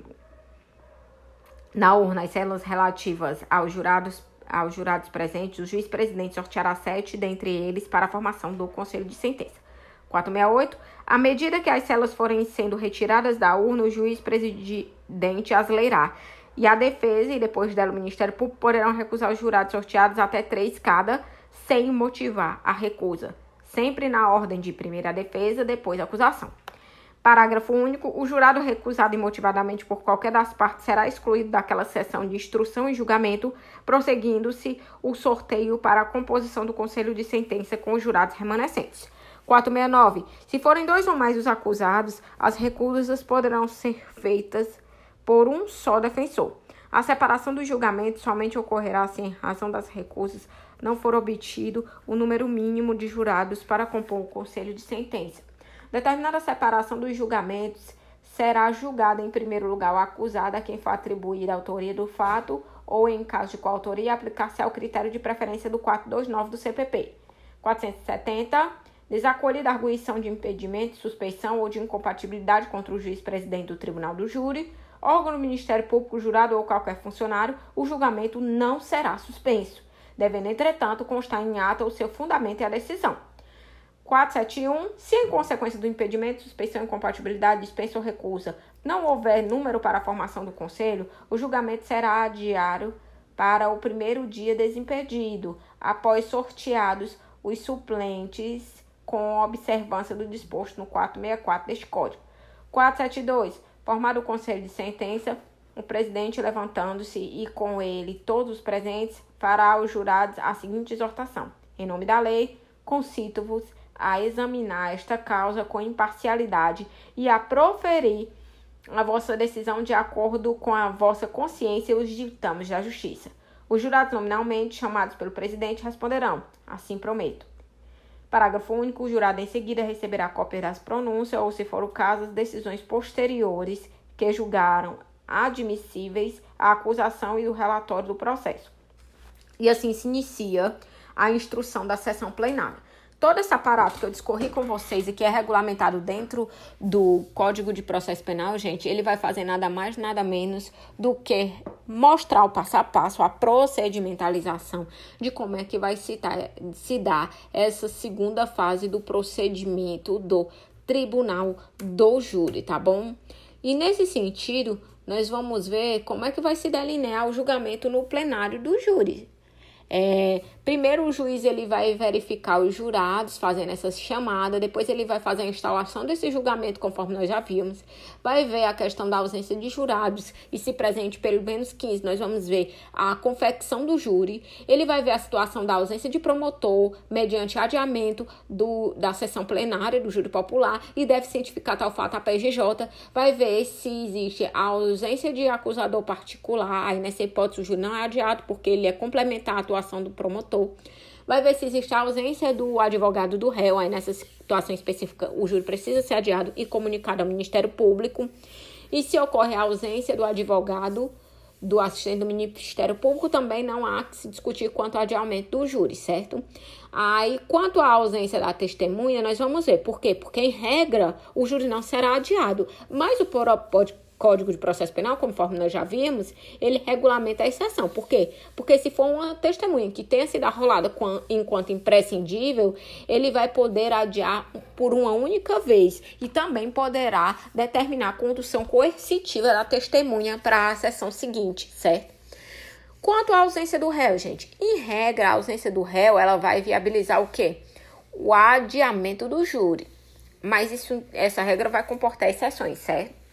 S1: na urna as células relativas aos jurados presentes, o juiz presidente sorteará 7 dentre eles para a formação do conselho de sentença. 468, à medida que as células forem sendo retiradas da urna, o juiz presidente as lerá. E a defesa e depois dela o Ministério Público poderão recusar os jurados sorteados até 3 cada, sem motivar a recusa. Sempre na ordem de primeira a defesa, depois a acusação. Parágrafo único. O jurado recusado imotivadamente por qualquer das partes será excluído daquela sessão de instrução e julgamento, prosseguindo-se o sorteio para a composição do conselho de sentença com os jurados remanescentes. 469. Se forem 2 ou mais os acusados, as recusas poderão ser feitas por um só defensor. A separação do julgamento somente ocorrerá se, em razão das recusas, não for obtido o número mínimo de jurados para compor o conselho de sentença. Determinada a separação dos julgamentos, será julgado em primeiro lugar o acusado a quem for atribuída a autoria do fato ou, em caso de coautoria, aplicar-se ao critério de preferência do 429 do CPP. 470. Desacolhida a arguição de impedimento, suspeição ou de incompatibilidade contra o juiz presidente do Tribunal do Júri, órgão do Ministério Público, jurado ou qualquer funcionário, o julgamento não será suspenso, devendo, entretanto, constar em ata o seu fundamento e a decisão. 471. Se, em consequência do impedimento, suspeição, incompatibilidade, dispensa ou recusa, não houver número para a formação do conselho, o julgamento será adiado para o primeiro dia desimpedido, após sorteados os suplentes com observância do disposto no 464 deste Código. 472. Formado o conselho de sentença, o presidente, levantando-se e com ele todos os presentes, fará aos jurados a seguinte exortação: em nome da lei, concito-vos a examinar esta causa com imparcialidade e a proferir a vossa decisão de acordo com a vossa consciência e os ditames da justiça. Os jurados nominalmente chamados pelo presidente responderão: assim prometo. Parágrafo único. O jurado em seguida receberá cópia das pronúncias ou, se for o caso, as decisões posteriores que julgaram admissíveis a acusação e o relatório do processo. E assim se inicia a instrução da sessão plenária. Todo esse aparato que eu discorri com vocês e que é regulamentado dentro do Código de Processo Penal, gente, ele vai fazer nada mais, nada menos do que mostrar o passo a passo, a procedimentalização de como é que vai se dar essa segunda fase do procedimento do Tribunal do Júri, tá bom? E nesse sentido, nós vamos ver como é que vai se delinear o julgamento no plenário do júri. Primeiro o juiz ele vai verificar os jurados fazendo essa chamada, depois ele vai fazer a instalação desse julgamento, conforme nós já vimos, vai ver a questão da ausência de jurados e se presente pelo menos 15, nós vamos ver a confecção do júri, ele vai ver a situação da ausência de promotor mediante adiamento da sessão plenária do júri popular e deve cientificar tal fato a PGJ, vai ver se existe a ausência de acusador particular, aí nessa hipótese o júri não é adiado porque ele é complementar a atuação do promotor. Vai ver se existe a ausência do advogado do réu, aí nessa situação específica o júri precisa ser adiado e comunicado ao Ministério Público. E se ocorre a ausência do advogado, do assistente do Ministério Público, também não há que se discutir quanto ao adiamento do júri, certo? Aí, quanto à ausência da testemunha, nós vamos ver. Por quê? Porque, em regra, o júri não será adiado, mas o Código de Processo Penal, conforme nós já vimos, ele regulamenta a exceção. Por quê? Porque se for uma testemunha que tenha sido arrolada enquanto imprescindível, ele vai poder adiar por uma única vez e também poderá determinar a condução coercitiva da testemunha para a sessão seguinte, certo? Quanto à ausência do réu, gente, em regra, a ausência do réu, ela vai viabilizar o quê? O adiamento do júri. Mas essa regra vai comportar exceções, certo?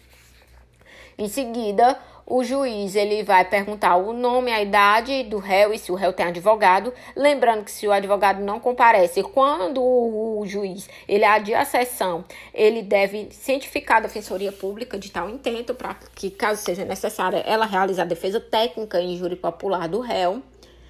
S1: Em seguida, o juiz ele vai perguntar o nome, a idade do réu e se o réu tem advogado. Lembrando que se o advogado não comparece, quando o juiz ele adia a sessão, ele deve cientificar a Defensoria Pública de tal intento para que, caso seja necessária, ela realize a defesa técnica em júri popular do réu.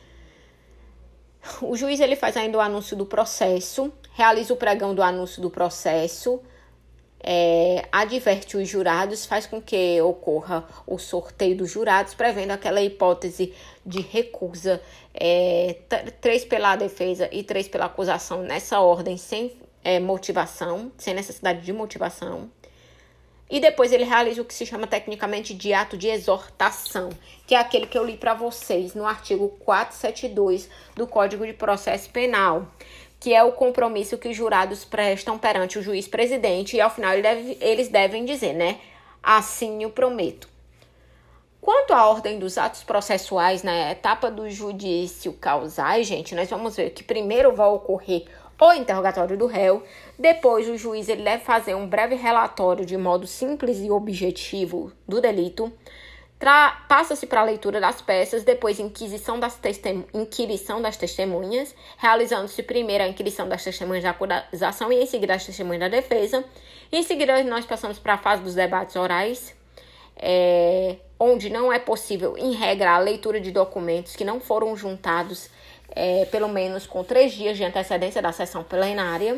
S1: O juiz ele faz ainda o anúncio do processo, realiza o pregão do anúncio do processo, adverte os jurados, faz com que ocorra o sorteio dos jurados, prevendo aquela hipótese de recusa, 3 pela defesa e 3 pela acusação nessa ordem, sem motivação, sem necessidade de motivação. E depois ele realiza o que se chama tecnicamente de ato de exortação, que é aquele que eu li para vocês no artigo 472 do Código de Processo Penal, que é o compromisso que os jurados prestam perante o juiz presidente e ao final eles devem dizer, né? Assim eu prometo. Quanto à ordem dos atos processuais na etapa do judício causais, gente, nós vamos ver que primeiro vai ocorrer o interrogatório do réu, depois o juiz ele deve fazer um breve relatório de modo simples e objetivo do delito, passa-se para a leitura das peças, depois inquirição das testemunhas, realizando-se primeiro a inquirição das testemunhas da acusação e em seguida as testemunhas da defesa. Em seguida nós passamos para a fase dos debates orais, onde não é possível, em regra, a leitura de documentos que não foram juntados pelo menos com 3 dias de antecedência da sessão plenária.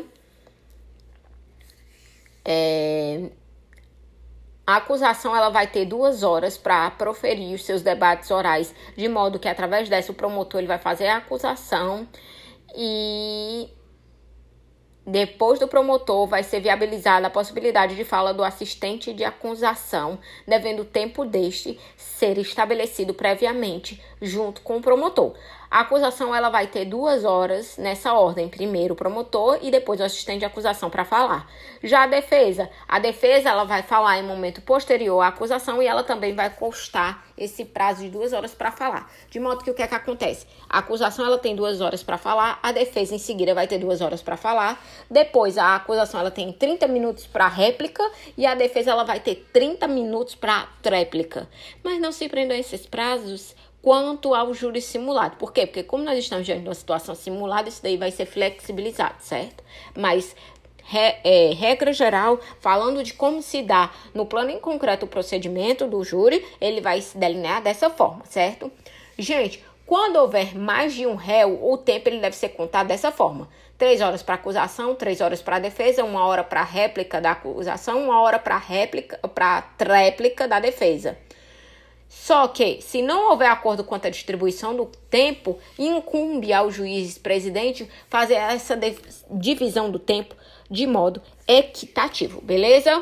S1: A acusação ela vai ter 2 horas para proferir os seus debates orais, de modo que através dessa o promotor ele vai fazer a acusação e depois do promotor vai ser viabilizada a possibilidade de fala do assistente de acusação, devendo o tempo deste ser estabelecido previamente junto com o promotor. A acusação ela vai ter 2 horas nessa ordem. Primeiro o promotor e depois o assistente de acusação para falar. Já a defesa ela vai falar em momento posterior à acusação e ela também vai constar esse prazo de 2 horas para falar. De modo que o que é que acontece? A acusação ela tem 2 horas para falar, a defesa em seguida vai ter 2 horas para falar. Depois a acusação ela tem 30 minutos para réplica e a defesa ela vai ter 30 minutos para tréplica. Mas não se prendam a esses prazos quanto ao júri simulado. Por quê? Porque como nós estamos diante de uma situação simulada, isso daí vai ser flexibilizado, certo? Mas, regra geral, falando de como se dá no plano em concreto o procedimento do júri, ele vai se delinear dessa forma, certo? Gente, quando houver mais de um réu, o tempo ele deve ser contado dessa forma. 3 horas para acusação, 3 horas para defesa, 1 hora para réplica da acusação, 1 hora para tréplica da defesa. Só que, se não houver acordo quanto à distribuição do tempo, incumbe ao juiz presidente fazer essa divisão do tempo de modo equitativo, beleza?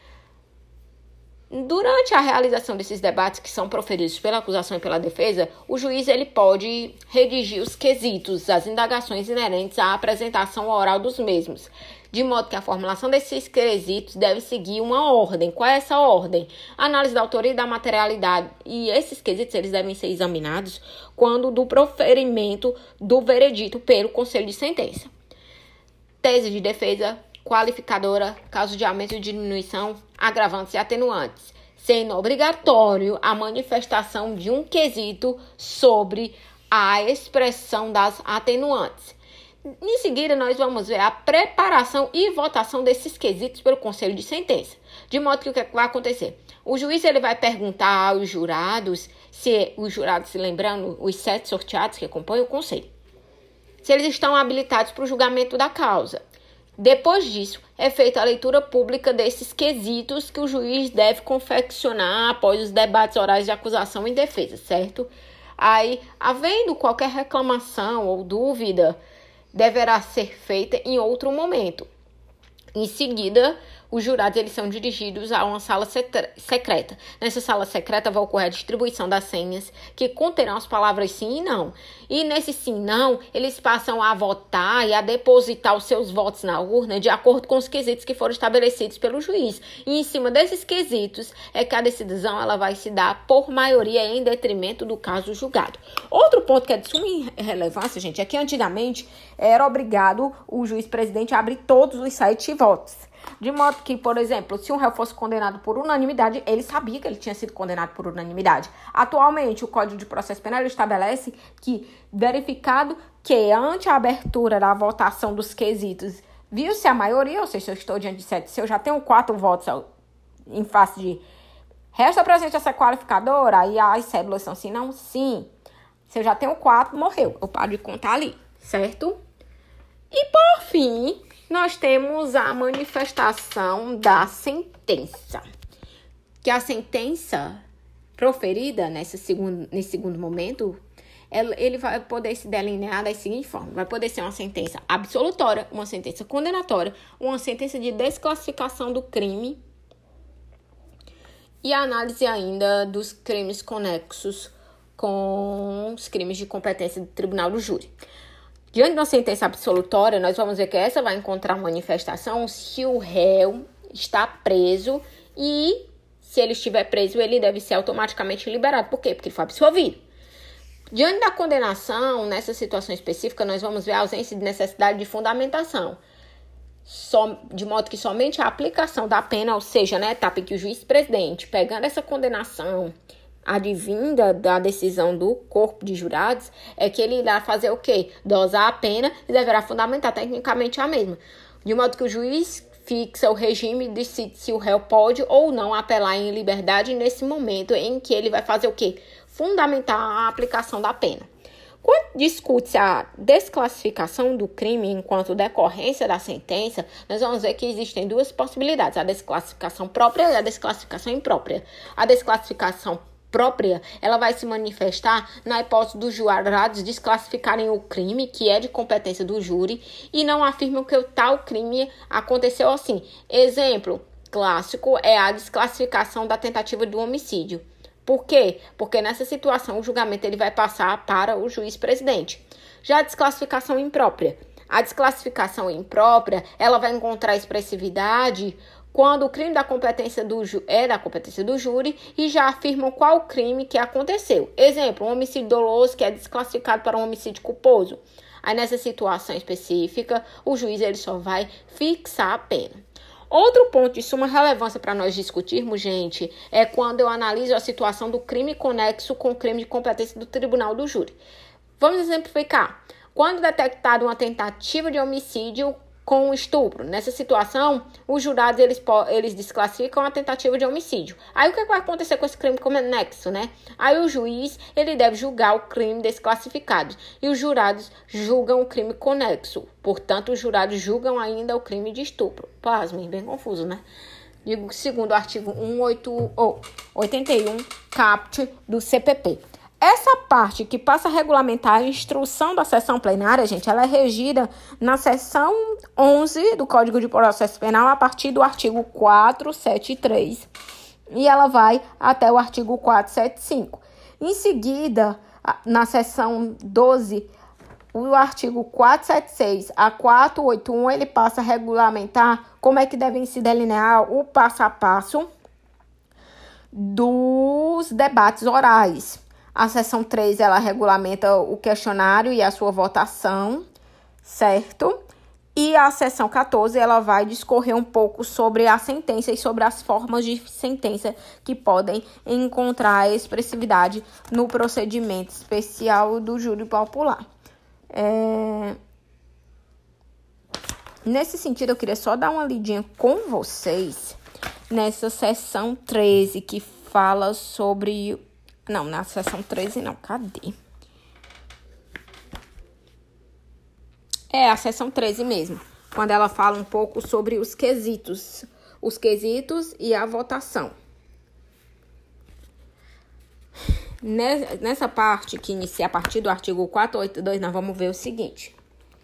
S1: Durante a realização desses debates que são proferidos pela acusação e pela defesa, o juiz ele pode redigir os quesitos, as indagações inerentes à apresentação oral dos mesmos, de modo que a formulação desses quesitos deve seguir uma ordem. Qual é essa ordem? Análise da autoria e da materialidade. E esses quesitos eles devem ser examinados quando do proferimento do veredito pelo conselho de sentença. Tese de defesa, qualificadora, caso de aumento e diminuição, agravantes e atenuantes, sendo obrigatório a manifestação de um quesito sobre a expressão das atenuantes. Em seguida, nós vamos ver a preparação e votação desses quesitos pelo conselho de sentença. De modo que o que vai acontecer? O juiz ele vai perguntar aos jurados, se os jurados se lembrando, os 7 sorteados que compõem o conselho, se eles estão habilitados para o julgamento da causa. Depois disso, é feita a leitura pública desses quesitos que o juiz deve confeccionar após os debates orais de acusação e defesa, certo? Aí, havendo qualquer reclamação ou dúvida, deverá ser feita em outro momento. Em seguida, os jurados eles são dirigidos a uma sala secreta. Nessa sala secreta vai ocorrer a distribuição das senhas que conterão as palavras sim e não. E nesse sim e não, eles passam a votar e a depositar os seus votos na urna de acordo com os quesitos que foram estabelecidos pelo juiz. E em cima desses quesitos é que a decisão ela vai se dar por maioria em detrimento do caso julgado. Outro ponto que é de suma relevância, gente, é que antigamente era obrigado o juiz presidente a abrir todos os 7 votos. De modo que, por exemplo, se um réu fosse condenado por unanimidade, ele sabia que ele tinha sido condenado por unanimidade. Atualmente, o Código de Processo Penal estabelece que, verificado que, ante a abertura da votação dos quesitos, viu-se a maioria, ou seja, se eu estou diante de 7, se eu já tenho 4 votos em face de resta presente essa qualificadora, aí as cédulas são sim, não, sim. Se eu já tenho 4, morreu. Eu paro de contar ali, certo? E, por fim, nós temos a manifestação da sentença. Que a sentença proferida nesse segundo momento, ele vai poder se delinear da seguinte forma. Vai poder ser uma sentença absolutória, uma sentença condenatória, uma sentença de desclassificação do crime e a análise ainda dos crimes conexos com os crimes de competência do tribunal do júri. Diante de uma sentença absolutória, nós vamos ver que essa vai encontrar manifestação se o réu está preso e, se ele estiver preso, ele deve ser automaticamente liberado. Por quê? Porque ele foi absolvido. Diante da condenação, nessa situação específica, nós vamos ver a ausência de necessidade de fundamentação. De modo que somente a aplicação da pena, ou seja, na etapa em que o juiz-presidente, pegando essa condenação advinda da decisão do corpo de jurados, é que ele irá fazer o quê? Dosar a pena e deverá fundamentar tecnicamente a mesma. De modo que o juiz fixa o regime e decide se o réu pode ou não apelar em liberdade nesse momento em que ele vai fazer o quê? Fundamentar a aplicação da pena. Quando discute-se a desclassificação do crime enquanto decorrência da sentença, nós vamos ver que existem 2 possibilidades, a desclassificação própria e a desclassificação imprópria. A desclassificação própria, ela vai se manifestar na hipótese dos jurados desclassificarem o crime, que é de competência do júri, e não afirmam que o tal crime aconteceu assim. Exemplo clássico é a desclassificação da tentativa do homicídio. Por quê? Porque nessa situação o julgamento ele vai passar para o juiz presidente. Já a desclassificação imprópria. A desclassificação imprópria, ela vai encontrar expressividade quando o crime da competência da competência do júri e já afirmam qual crime que aconteceu. Exemplo, um homicídio doloso que é desclassificado para um homicídio culposo. Aí nessa situação específica, o juiz ele só vai fixar a pena. Outro ponto de suma relevância para nós discutirmos, gente, é quando eu analiso a situação do crime conexo com o crime de competência do tribunal do júri. Vamos exemplificar. Quando detectado uma tentativa de homicídio com estupro, nessa situação, os jurados eles desclassificam a tentativa de homicídio. Aí o que vai acontecer com esse crime conexo, né? Aí o juiz ele deve julgar o crime desclassificado e os jurados julgam o crime conexo. Portanto, os jurados julgam ainda o crime de estupro. Pasmem, bem confuso, né? Digo segundo o artigo 81 caput do CPP. Essa parte que passa a regulamentar a instrução da sessão plenária, gente, ela é regida na seção 11 do Código de Processo Penal a partir do artigo 473 e ela vai até o artigo 475. Em seguida, na seção 12, o artigo 476 a 481, ele passa a regulamentar como é que devem se delinear o passo a passo dos debates orais. A seção 3, ela regulamenta o questionário e a sua votação, certo? E a seção 14, ela vai discorrer um pouco sobre a sentença e sobre as formas de sentença que podem encontrar expressividade no procedimento especial do júri popular. Nesse sentido, eu queria só dar uma lidinha com vocês nessa seção 13, que fala sobre... Não, na seção 13 não, cadê? É a seção 13 mesmo, quando ela fala um pouco sobre os quesitos e a votação. Nessa parte que inicia a partir do artigo 482, nós vamos ver o seguinte.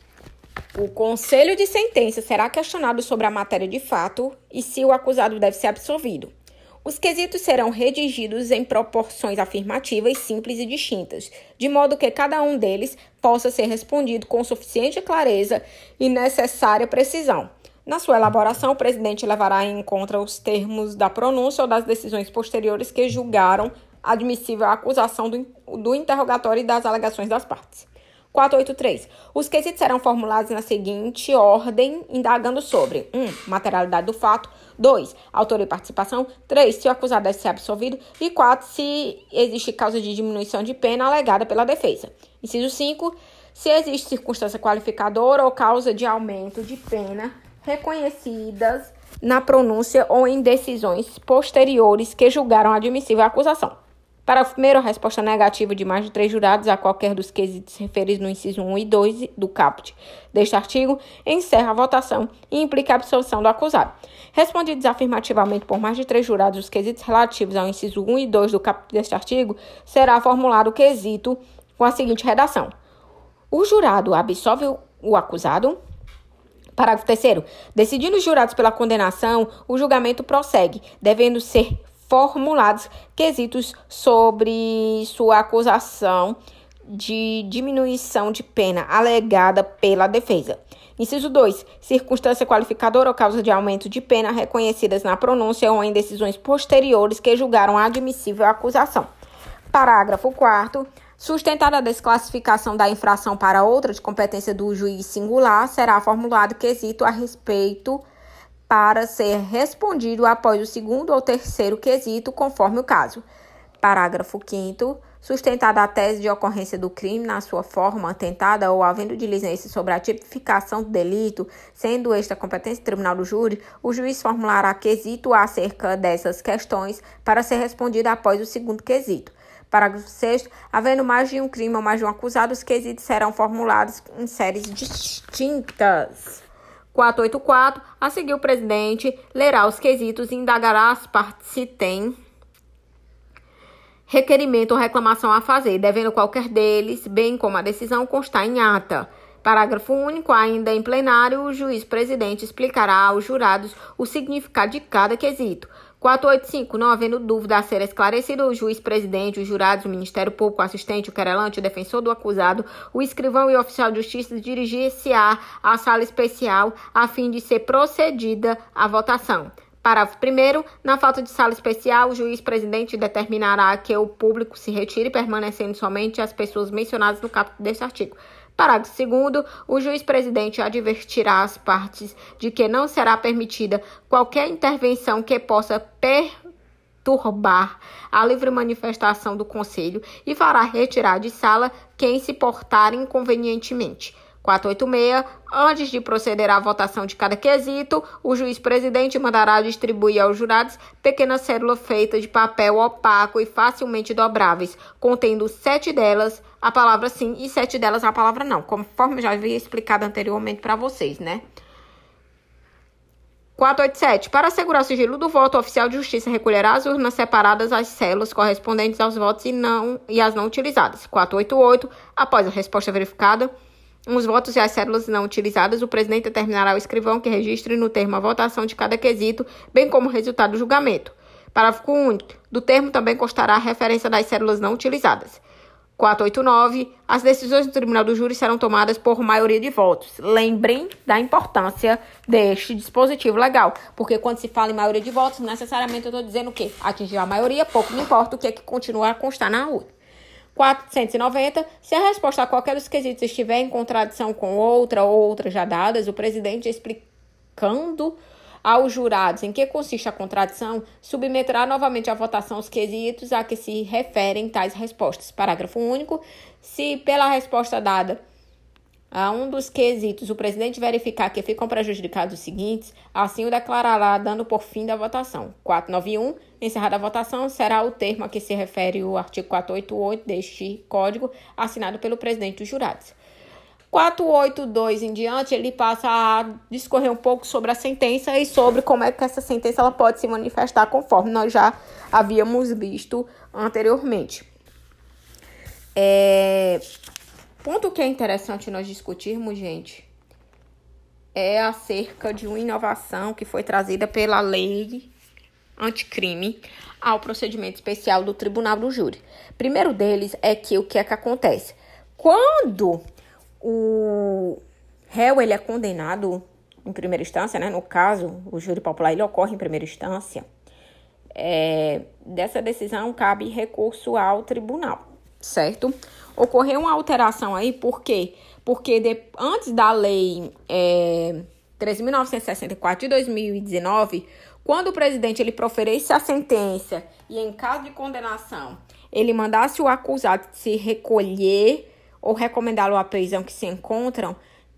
S1: O conselho de sentença será questionado sobre a matéria de fato e se o acusado deve ser absolvido. Os quesitos serão redigidos em proporções afirmativas, simples e distintas, de modo que cada um deles possa ser respondido com suficiente clareza e necessária precisão. Na sua elaboração, o presidente levará em conta os termos da pronúncia ou das decisões posteriores que julgaram admissível a acusação do interrogatório e das alegações das partes. 483. Os quesitos serão formulados na seguinte ordem, indagando sobre 1. Materialidade do fato. 2. Autoria e participação. 3. Se o acusado deve ser absolvido. E 4. Se existe causa de diminuição de pena alegada pela defesa. Inciso 5. Se existe circunstância qualificadora ou causa de aumento de pena reconhecidas na pronúncia ou em decisões posteriores que julgaram admissível a acusação. Parágrafo 1º, a resposta negativa de mais de 3 jurados a qualquer dos quesitos referidos no inciso 1 e 2 do caput deste artigo encerra a votação e implica a absolvição do acusado. Respondidos afirmativamente por mais de 3 jurados os quesitos relativos ao inciso 1 e 2 do caput deste artigo, será formulado o quesito com a seguinte redação. O jurado absolve o acusado. Parágrafo 3º. Decidindo os jurados pela condenação, o julgamento prossegue, devendo ser formulados quesitos sobre sua acusação de diminuição de pena alegada pela defesa. Inciso 2. Circunstância qualificadora ou causa de aumento de pena reconhecidas na pronúncia ou em decisões posteriores que julgaram admissível a acusação. Parágrafo 4º. Sustentada a desclassificação da infração para outra de competência do juiz singular, será formulado quesito a respeito para ser respondido após o segundo ou terceiro quesito, conforme o caso. Parágrafo 5º. Sustentada a tese de ocorrência do crime na sua forma tentada ou havendo diligência sobre a tipificação do delito, sendo esta competência do tribunal do júri, o juiz formulará quesito acerca dessas questões para ser respondido após o segundo quesito. Parágrafo 6º. Havendo mais de um crime ou mais de um acusado, os quesitos serão formulados em séries distintas. 484. A seguir, o presidente lerá os quesitos e indagará as partes se tem requerimento ou reclamação a fazer, devendo qualquer deles, bem como a decisão, constar em ata. Parágrafo único. Ainda em plenário, o juiz presidente explicará aos jurados o significado de cada quesito. 485. Não havendo dúvida a ser esclarecido, o juiz presidente, os jurados, o Ministério Público, o assistente, o querelante, o defensor do acusado, o escrivão e o oficial de justiça dirigir-se-á à sala especial a fim de ser procedida a votação. Parágrafo 1º. Na falta de sala especial, o juiz presidente determinará que o público se retire, permanecendo somente as pessoas mencionadas no caput deste artigo. Parágrafo 2º. O juiz presidente advertirá as partes de que não será permitida qualquer intervenção que possa perturbar a livre manifestação do Conselho e fará retirar de sala quem se portar inconvenientemente. 486. Antes de proceder à votação de cada quesito, o juiz presidente mandará distribuir aos jurados pequena cédula feita de papel opaco e facilmente dobráveis, contendo 7 delas a palavra sim e 7 delas a palavra não, conforme eu já havia explicado anteriormente para vocês, né? 487. Para assegurar o sigilo do voto, o oficial de justiça recolherá as urnas separadas as células correspondentes aos votos e as não utilizadas. 488. Após a resposta verificada, os votos e as cédulas não utilizadas, o presidente determinará ao escrivão que registre no termo a votação de cada quesito, bem como o resultado do julgamento. Parágrafo único. Do termo também constará a referência das cédulas não utilizadas. 489. As decisões do Tribunal do Júri serão tomadas por maioria de votos. Lembrem da importância deste dispositivo legal, porque quando se fala em maioria de votos, necessariamente eu estou dizendo o quê? Atingir a maioria, pouco me importa o que é que continua a constar na urna. 490. Se a resposta a qualquer dos quesitos estiver em contradição com outra ou outras já dadas, o presidente, explicando aos jurados em que consiste a contradição, submeterá novamente à votação os quesitos a que se referem tais respostas. Parágrafo único. Se pela resposta dada a um dos quesitos o presidente verificar que ficam prejudicados os seguintes, assim o declarará, dando por fim da votação. 491. Encerrada a votação, será o termo a que se refere o artigo 488 deste Código, assinado pelo presidente dos jurados. 482 em diante, ele passa a discorrer um pouco sobre a sentença e sobre como é que essa sentença ela pode se manifestar, conforme nós já havíamos visto anteriormente. Ponto que é interessante nós discutirmos, gente, é acerca de uma inovação que foi trazida pela lei anticrime ao procedimento especial do Tribunal do Júri. Primeiro deles é que o que é que acontece? Quando o réu ele é condenado em primeira instância, né? No caso, o júri popular ele ocorre em primeira instância, dessa decisão cabe recurso ao tribunal, certo? Ocorreu uma alteração aí, por quê? Porque antes da lei 13.964 de 2019, quando o presidente ele proferisse a sentença e em caso de condenação ele mandasse o acusado se recolher ou recomendá-lo à prisão que se encontra,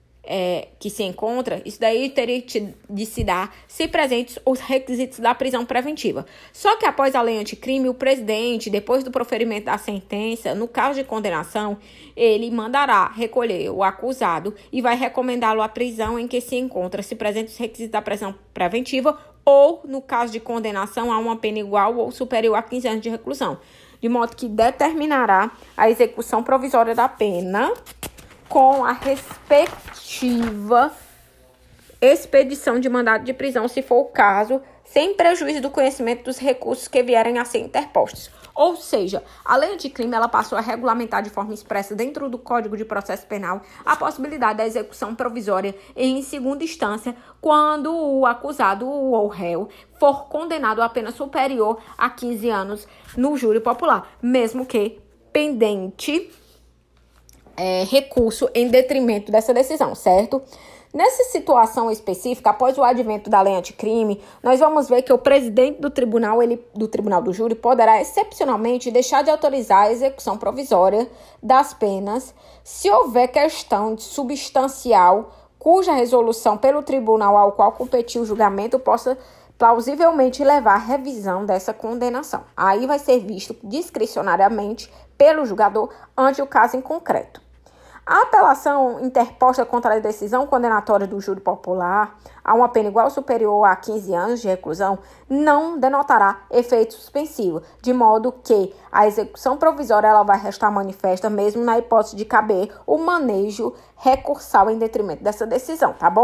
S1: isso daí teria de se dar se presentes os requisitos da prisão preventiva. Só que após a lei anticrime, o presidente, depois do proferimento da sentença, no caso de condenação, ele mandará recolher o acusado e vai recomendá-lo à prisão em que se encontra, se presentes os requisitos da prisão preventiva ou, no caso de condenação, a uma pena igual ou superior a 15 anos de reclusão, de modo que determinará a execução provisória da pena com a respectiva expedição de mandado de prisão, se for o caso, sem prejuízo do conhecimento dos recursos que vierem a ser interpostos. Ou seja, a lei anticrime ela passou a regulamentar de forma expressa dentro do Código de Processo Penal a possibilidade da execução provisória em segunda instância quando o acusado ou réu for condenado a pena superior a 15 anos no júri popular, mesmo que pendente recurso em detrimento dessa decisão, certo? Nessa situação específica, após o advento da lei anticrime, nós vamos ver que o presidente do Tribunal do Júri poderá excepcionalmente deixar de autorizar a execução provisória das penas se houver questão substancial cuja resolução pelo tribunal ao qual competiu o julgamento possa plausivelmente levar à revisão dessa condenação. Aí vai ser visto discricionariamente pelo julgador ante o caso em concreto. A apelação interposta contra a decisão condenatória do júri popular a uma pena igual ou superior a 15 anos de reclusão não denotará efeito suspensivo, de modo que a execução provisória ela vai restar manifesta mesmo na hipótese de caber o manejo recursal em detrimento dessa decisão, tá bom?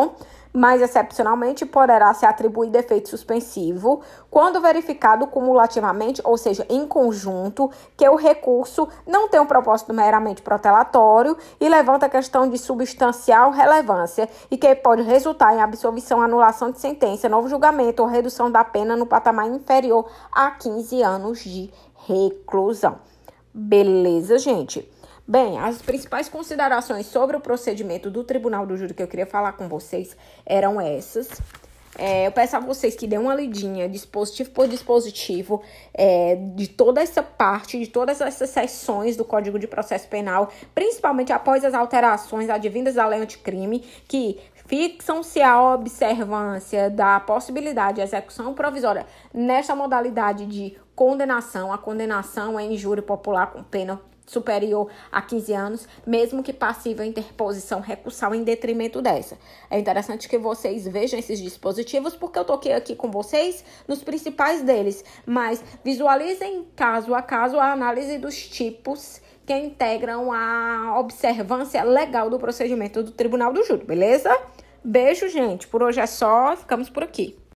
S1: mas excepcionalmente poderá se atribuir defeito suspensivo quando verificado cumulativamente, ou seja, em conjunto, que o recurso não tem um propósito meramente protelatório e levanta questão de substancial relevância e que pode resultar em absolvição, anulação de sentença, novo julgamento ou redução da pena no patamar inferior a 15 anos de reclusão. Beleza, gente? Bem, as principais considerações sobre o procedimento do Tribunal do Júri que eu queria falar com vocês eram essas. Eu peço a vocês que dêem uma lidinha, dispositivo por dispositivo, de toda essa parte, de todas essas seções do Código de Processo Penal, principalmente após as alterações advindas da lei anticrime, que fixam-se a observância da possibilidade de execução provisória nesta modalidade de condenação. A condenação é injúria popular com pena superior a 15 anos, mesmo que passível a interposição recursal em detrimento dessa. É interessante que vocês vejam esses dispositivos, porque eu toquei aqui com vocês nos principais deles, mas visualizem caso a caso a análise dos tipos que integram a observância legal do procedimento do Tribunal do Júri, beleza? Beijo, gente. Por hoje é só. Ficamos por aqui.